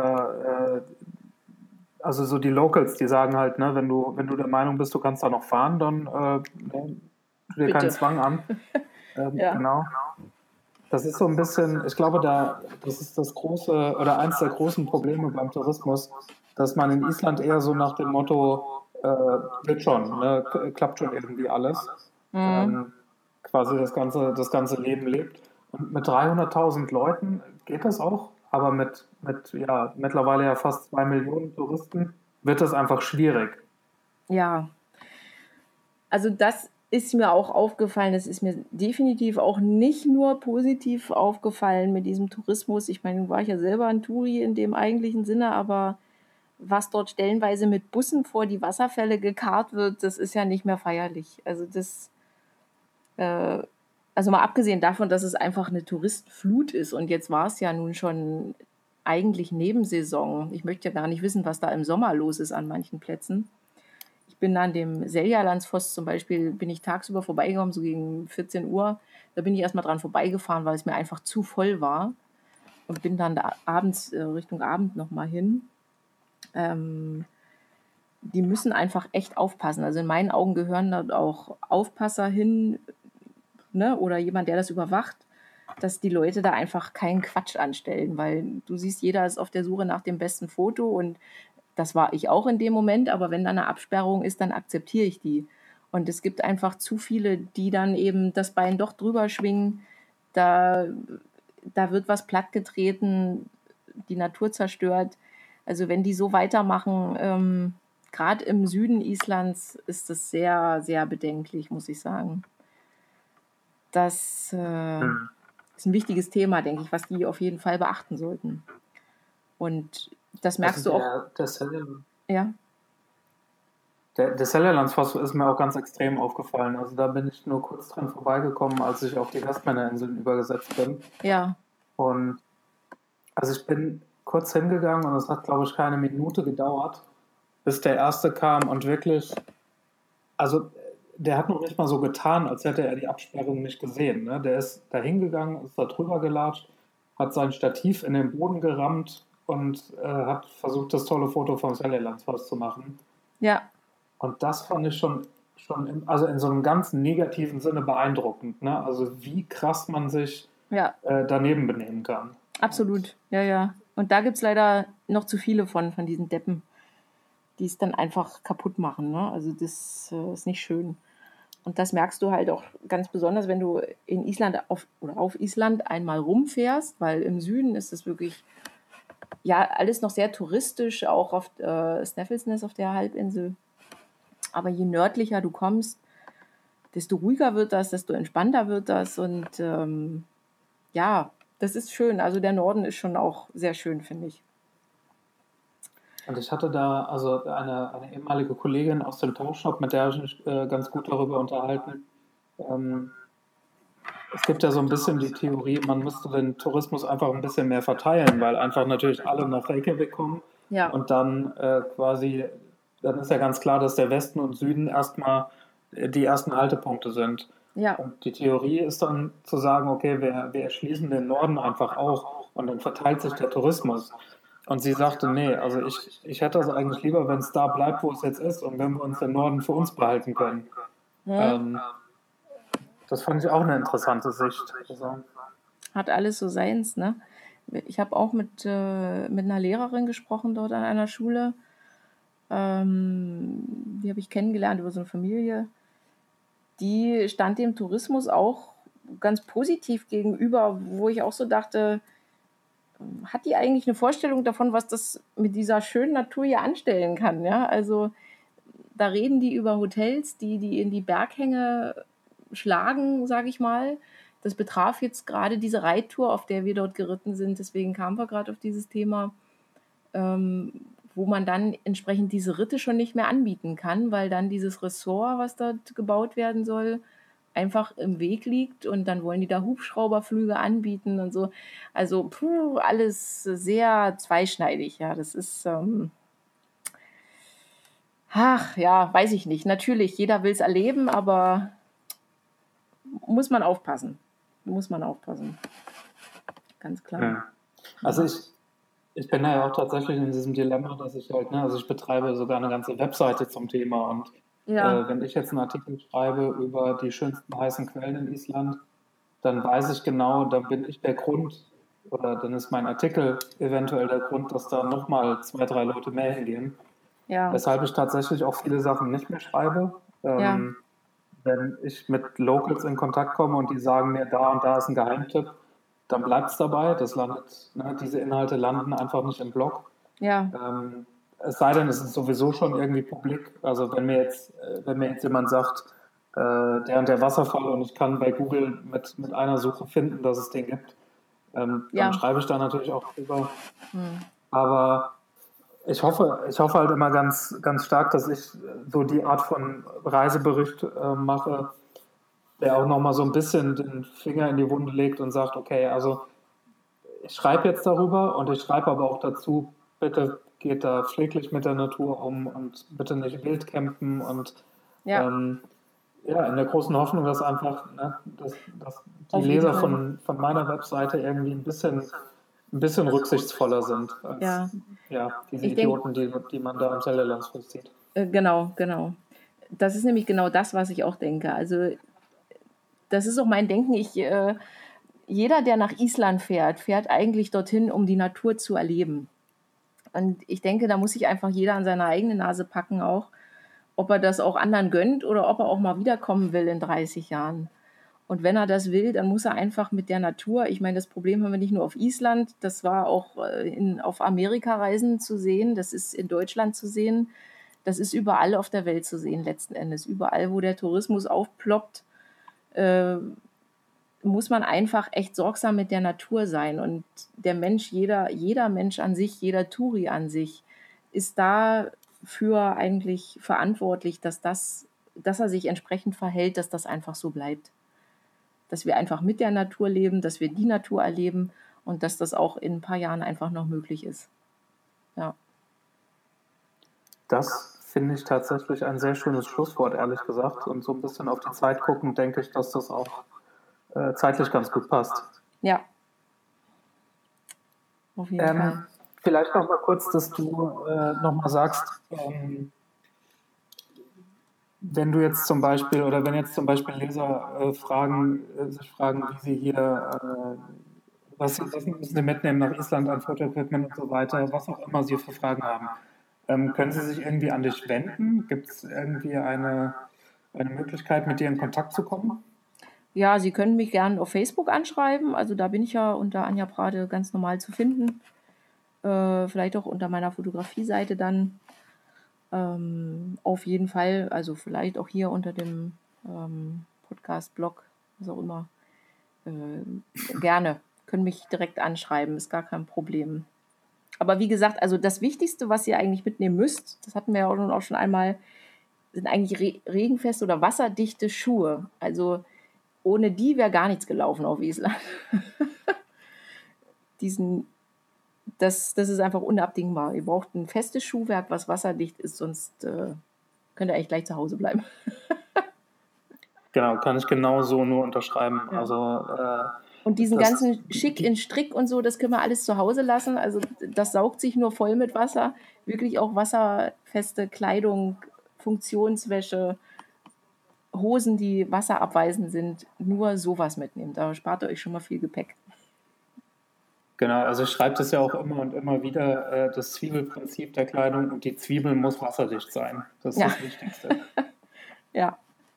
also so die Locals, die sagen halt, ne, wenn du der Meinung bist, du kannst da noch fahren, dann ne, tu dir keinen bitte. Zwang an. Ja, Genau. Das ist so ein bisschen, ich glaube, das ist das große oder eins der großen Probleme beim Tourismus, dass man in Island eher so nach dem Motto, wird schon, ne, klappt schon irgendwie alles, ähm, quasi das ganze Leben lebt. Und mit 300.000 Leuten geht das auch, aber mit ja, mittlerweile ja fast 2 Millionen Touristen wird das einfach schwierig. ja. Also das ist mir auch aufgefallen. Das ist mir definitiv auch nicht nur positiv aufgefallen mit diesem Tourismus. Ich meine, nun war ich ja selber ein Touri in dem eigentlichen Sinne, aber was dort stellenweise mit Bussen vor die Wasserfälle gekarrt wird, das ist ja nicht mehr feierlich. Also also mal abgesehen davon, dass es einfach eine Touristenflut ist und jetzt war es ja nun schon eigentlich Nebensaison. Ich möchte ja gar nicht wissen, was da im Sommer los ist an manchen Plätzen. Ich bin an dem Seljalandsfoss zum Beispiel, bin ich tagsüber vorbeigekommen, so gegen 14 Uhr. Da bin ich erstmal dran vorbeigefahren, weil es mir einfach zu voll war und bin dann da abends, Richtung Abend nochmal hin. Die müssen einfach echt aufpassen. Also in meinen Augen gehören dort auch Aufpasser hin, ne, oder jemand, der das überwacht, dass die Leute da einfach keinen Quatsch anstellen, weil du siehst, jeder ist auf der Suche nach dem besten Foto und das war ich auch in dem Moment, aber wenn da eine Absperrung ist, dann akzeptiere ich die. Und es gibt einfach zu viele, die dann eben das Bein doch drüber schwingen, da, da wird was plattgetreten, die Natur zerstört. Also wenn die so weitermachen, gerade im Süden Islands ist das sehr, sehr bedenklich, muss ich sagen. Das ist ein wichtiges Thema, denke ich, was die auf jeden Fall beachten sollten. Und das merkst du auch. Ja. Der Sellerlandsfoss ist mir auch ganz extrem aufgefallen. Also da bin ich nur kurz dran vorbeigekommen, als ich auf die Westmännerinseln übergesetzt bin. Ja. Und also ich bin kurz hingegangen und es hat, glaube ich, keine Minute gedauert, bis der Erste kam und wirklich, also der hat noch nicht mal so getan, als hätte er die Absperrung nicht gesehen. Ne? Der ist da hingegangen, ist da drüber gelatscht, hat sein Stativ in den Boden gerammt und hat versucht, das tolle Foto vom Sellerlandsfoss zu machen. Ja. Und das fand ich schon also in so einem ganz negativen Sinne beeindruckend. Ne? Also wie krass man sich daneben benehmen kann. Absolut, ja. Und da gibt es leider noch zu viele von diesen Deppen, die es dann einfach kaputt machen. Ne? Also das ist nicht schön. Und das merkst du halt auch ganz besonders, wenn du in Island auf Island einmal rumfährst, weil im Süden ist es wirklich alles noch sehr touristisch, auch auf Snæfellsnes auf der Halbinsel. Aber je nördlicher du kommst, desto ruhiger wird das, desto entspannter wird das. Und das ist schön. Also der Norden ist schon auch sehr schön, finde ich. Und ich hatte da also eine ehemalige Kollegin aus dem Tauschshop, mit der ich mich ganz gut darüber unterhalten. Es gibt ja so ein bisschen die Theorie, man müsste den Tourismus einfach ein bisschen mehr verteilen, weil einfach natürlich alle nach Reykjavik kommen. Ja. Und dann dann ist ja ganz klar, dass der Westen und Süden erstmal die ersten Haltepunkte sind. Ja. Und die Theorie ist dann zu sagen, okay, wir erschließen den Norden einfach auch und dann verteilt sich der Tourismus. Und sie sagte, nee, also ich hätte das eigentlich lieber, wenn es da bleibt, wo es jetzt ist und wenn wir uns den Norden für uns behalten können. Das fand ich auch eine interessante Sicht. Also, hat alles so seins, ne? Ich habe auch mit einer Lehrerin gesprochen dort an einer Schule. Die habe ich kennengelernt über so eine Familie. Die stand dem Tourismus auch ganz positiv gegenüber, wo ich auch so dachte, hat die eigentlich eine Vorstellung davon, was das mit dieser schönen Natur hier anstellen kann? Ja? Also da reden die über Hotels, die in die Berghänge schlagen, sage ich mal. Das betraf jetzt gerade diese Reittour, auf der wir dort geritten sind. Deswegen kamen wir gerade auf dieses Thema, wo man dann entsprechend diese Ritte schon nicht mehr anbieten kann, weil dann dieses Ressort, was dort gebaut werden soll, einfach im Weg liegt und dann wollen die da Hubschrauberflüge anbieten und so. Also alles sehr zweischneidig. Ja, das ist weiß ich nicht. Natürlich, jeder will es erleben, aber muss man aufpassen. Ganz klar. Ja. Also ich bin ja auch tatsächlich in diesem Dilemma, dass ich halt, also ich betreibe sogar eine ganze Webseite zum Thema und wenn ich jetzt einen Artikel schreibe über die schönsten heißen Quellen in Island, dann weiß ich genau, dann bin ich der Grund oder dann ist mein Artikel eventuell der Grund, dass da nochmal 2, 3 Leute mehr hingehen. Ja. Weshalb ich tatsächlich auch viele Sachen nicht mehr schreibe. Wenn ich mit Locals in Kontakt komme und die sagen mir, da und da ist ein Geheimtipp, dann bleibt es dabei. Diese Inhalte landen einfach nicht im Blog. Ja. Es sei denn, es ist sowieso schon irgendwie publik. Also wenn mir jetzt jemand sagt, der und der Wasserfall und ich kann bei Google mit einer Suche finden, dass es den gibt, dann schreibe ich da natürlich auch drüber. Aber ich hoffe halt immer ganz, ganz stark, dass ich so die Art von Reisebericht mache, der auch nochmal so ein bisschen den Finger in die Wunde legt und sagt, okay, also ich schreibe jetzt darüber und ich schreibe aber auch dazu, bitte geht da pfleglich mit der Natur um und bitte nicht wild campen und in der großen Hoffnung, dass einfach dass die Leser von meiner Webseite irgendwie ein bisschen ein bisschen rücksichtsvoller sind als diese Ich denk, Idioten, die man da am Sellerlandsfuß sieht. Genau. Das ist nämlich genau das, was ich auch denke. Also das ist auch mein Denken. Jeder, der nach Island fährt eigentlich dorthin, um die Natur zu erleben. Und ich denke, da muss sich einfach jeder an seine eigene Nase packen auch, ob er das auch anderen gönnt oder ob er auch mal wiederkommen will in 30 Jahren. Und wenn er das will, dann muss er einfach mit der Natur, ich meine, das Problem haben wir nicht nur auf Island, das war auch auf Amerika-Reisen zu sehen, das ist in Deutschland zu sehen, das ist überall auf der Welt zu sehen letzten Endes. Überall, wo der Tourismus aufploppt, muss man einfach echt sorgsam mit der Natur sein. Und der Mensch, jeder Mensch an sich, jeder Touri an sich, ist dafür eigentlich verantwortlich, dass er sich entsprechend verhält, dass das einfach so bleibt. Dass wir einfach mit der Natur leben, dass wir die Natur erleben und dass das auch in ein paar Jahren einfach noch möglich ist. Ja. Das finde ich tatsächlich ein sehr schönes Schlusswort, ehrlich gesagt. Und so ein bisschen auf die Zeit gucken, denke ich, dass das auch zeitlich ganz gut passt. Ja. Auf jeden Fall. Vielleicht noch mal kurz, dass du noch mal sagst, wenn jetzt zum Beispiel Leser sich fragen, wie sie hier, was müssen sie mitnehmen nach Island an Fotoequipment und so weiter, was auch immer sie für Fragen haben. Können sie sich irgendwie an dich wenden? Gibt es irgendwie eine Möglichkeit, mit dir in Kontakt zu kommen? Ja, Sie können mich gerne auf Facebook anschreiben. Also da bin ich ja unter Anja Prade ganz normal zu finden. Vielleicht auch unter meiner Fotografie-Seite dann. Auf jeden Fall, also vielleicht auch hier unter dem Podcast-Blog, was auch immer. Gerne. Können mich direkt anschreiben, ist gar kein Problem. Aber wie gesagt, also das Wichtigste, was ihr eigentlich mitnehmen müsst, das hatten wir ja auch schon einmal, sind eigentlich regenfeste oder wasserdichte Schuhe. Also ohne die wäre gar nichts gelaufen auf Island. Das ist einfach unabdingbar. Ihr braucht ein festes Schuhwerk, was wasserdicht ist, sonst könnt ihr eigentlich gleich zu Hause bleiben. Genau, kann ich genau so nur unterschreiben. Ja. Also, und diesen ganzen Schick in Strick und so, das können wir alles zu Hause lassen. Also das saugt sich nur voll mit Wasser. Wirklich auch wasserfeste Kleidung, Funktionswäsche, Hosen, die wasserabweisend sind, nur sowas mitnehmen. Da spart ihr euch schon mal viel Gepäck. Genau, also ich schreibe das ja auch immer und immer wieder, das Zwiebelprinzip der Kleidung, und die Zwiebel muss wasserdicht sein. Das ist das Wichtigste. Ja.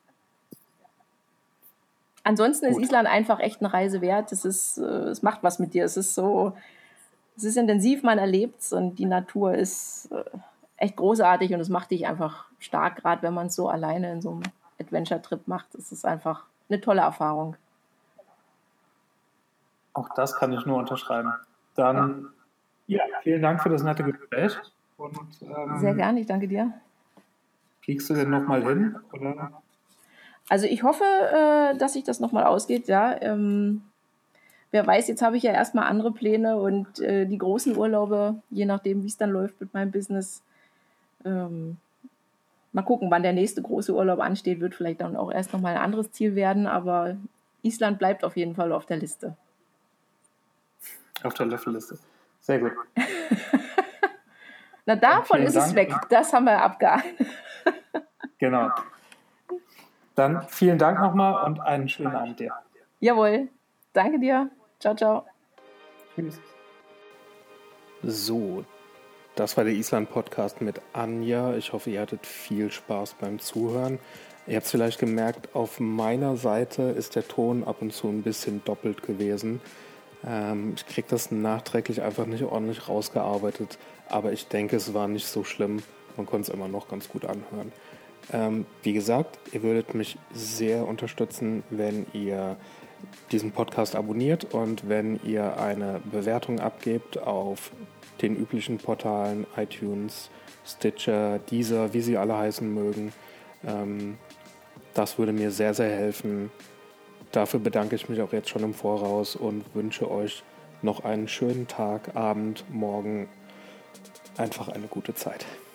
Ansonsten ist Island einfach echt eine Reise wert. Es macht was mit dir. Es ist intensiv, man erlebt es, und die Natur ist echt großartig und es macht dich einfach stark, gerade wenn man es so alleine in so einem Adventure-Trip macht. Es ist einfach eine tolle Erfahrung. Auch das kann ich nur unterschreiben. Dann, vielen Dank für das nette Gespräch. Und, sehr gerne, ich danke dir. Fliegst du denn nochmal hin? Oder? Also ich hoffe, dass sich das nochmal ausgeht, ja. Wer weiß, jetzt habe ich ja erstmal andere Pläne und die großen Urlaube, je nachdem, wie es dann läuft mit meinem Business. Mal gucken, wann der nächste große Urlaub ansteht, wird vielleicht dann auch erst nochmal ein anderes Ziel werden, aber Island bleibt auf jeden Fall auf der Liste. Auf der Löffelliste. Sehr gut. Na, davon ist es weg. Das haben wir abgehakt. Genau. Dann vielen Dank nochmal und einen schönen Abend dir. Jawohl. Danke dir. Ciao, ciao. Tschüss. So, das war der Island-Podcast mit Anja. Ich hoffe, ihr hattet viel Spaß beim Zuhören. Ihr habt es vielleicht gemerkt, auf meiner Seite ist der Ton ab und zu ein bisschen doppelt gewesen. Ich kriege das nachträglich einfach nicht ordentlich rausgearbeitet, aber ich denke, es war nicht so schlimm. Man konnte es immer noch ganz gut anhören. Wie gesagt, ihr würdet mich sehr unterstützen, wenn ihr diesen Podcast abonniert und wenn ihr eine Bewertung abgebt auf den üblichen Portalen, iTunes, Stitcher, Deezer, wie sie alle heißen mögen. Das würde mir sehr, sehr helfen. Dafür bedanke ich mich auch jetzt schon im Voraus und wünsche euch noch einen schönen Tag, Abend, Morgen. Einfach eine gute Zeit.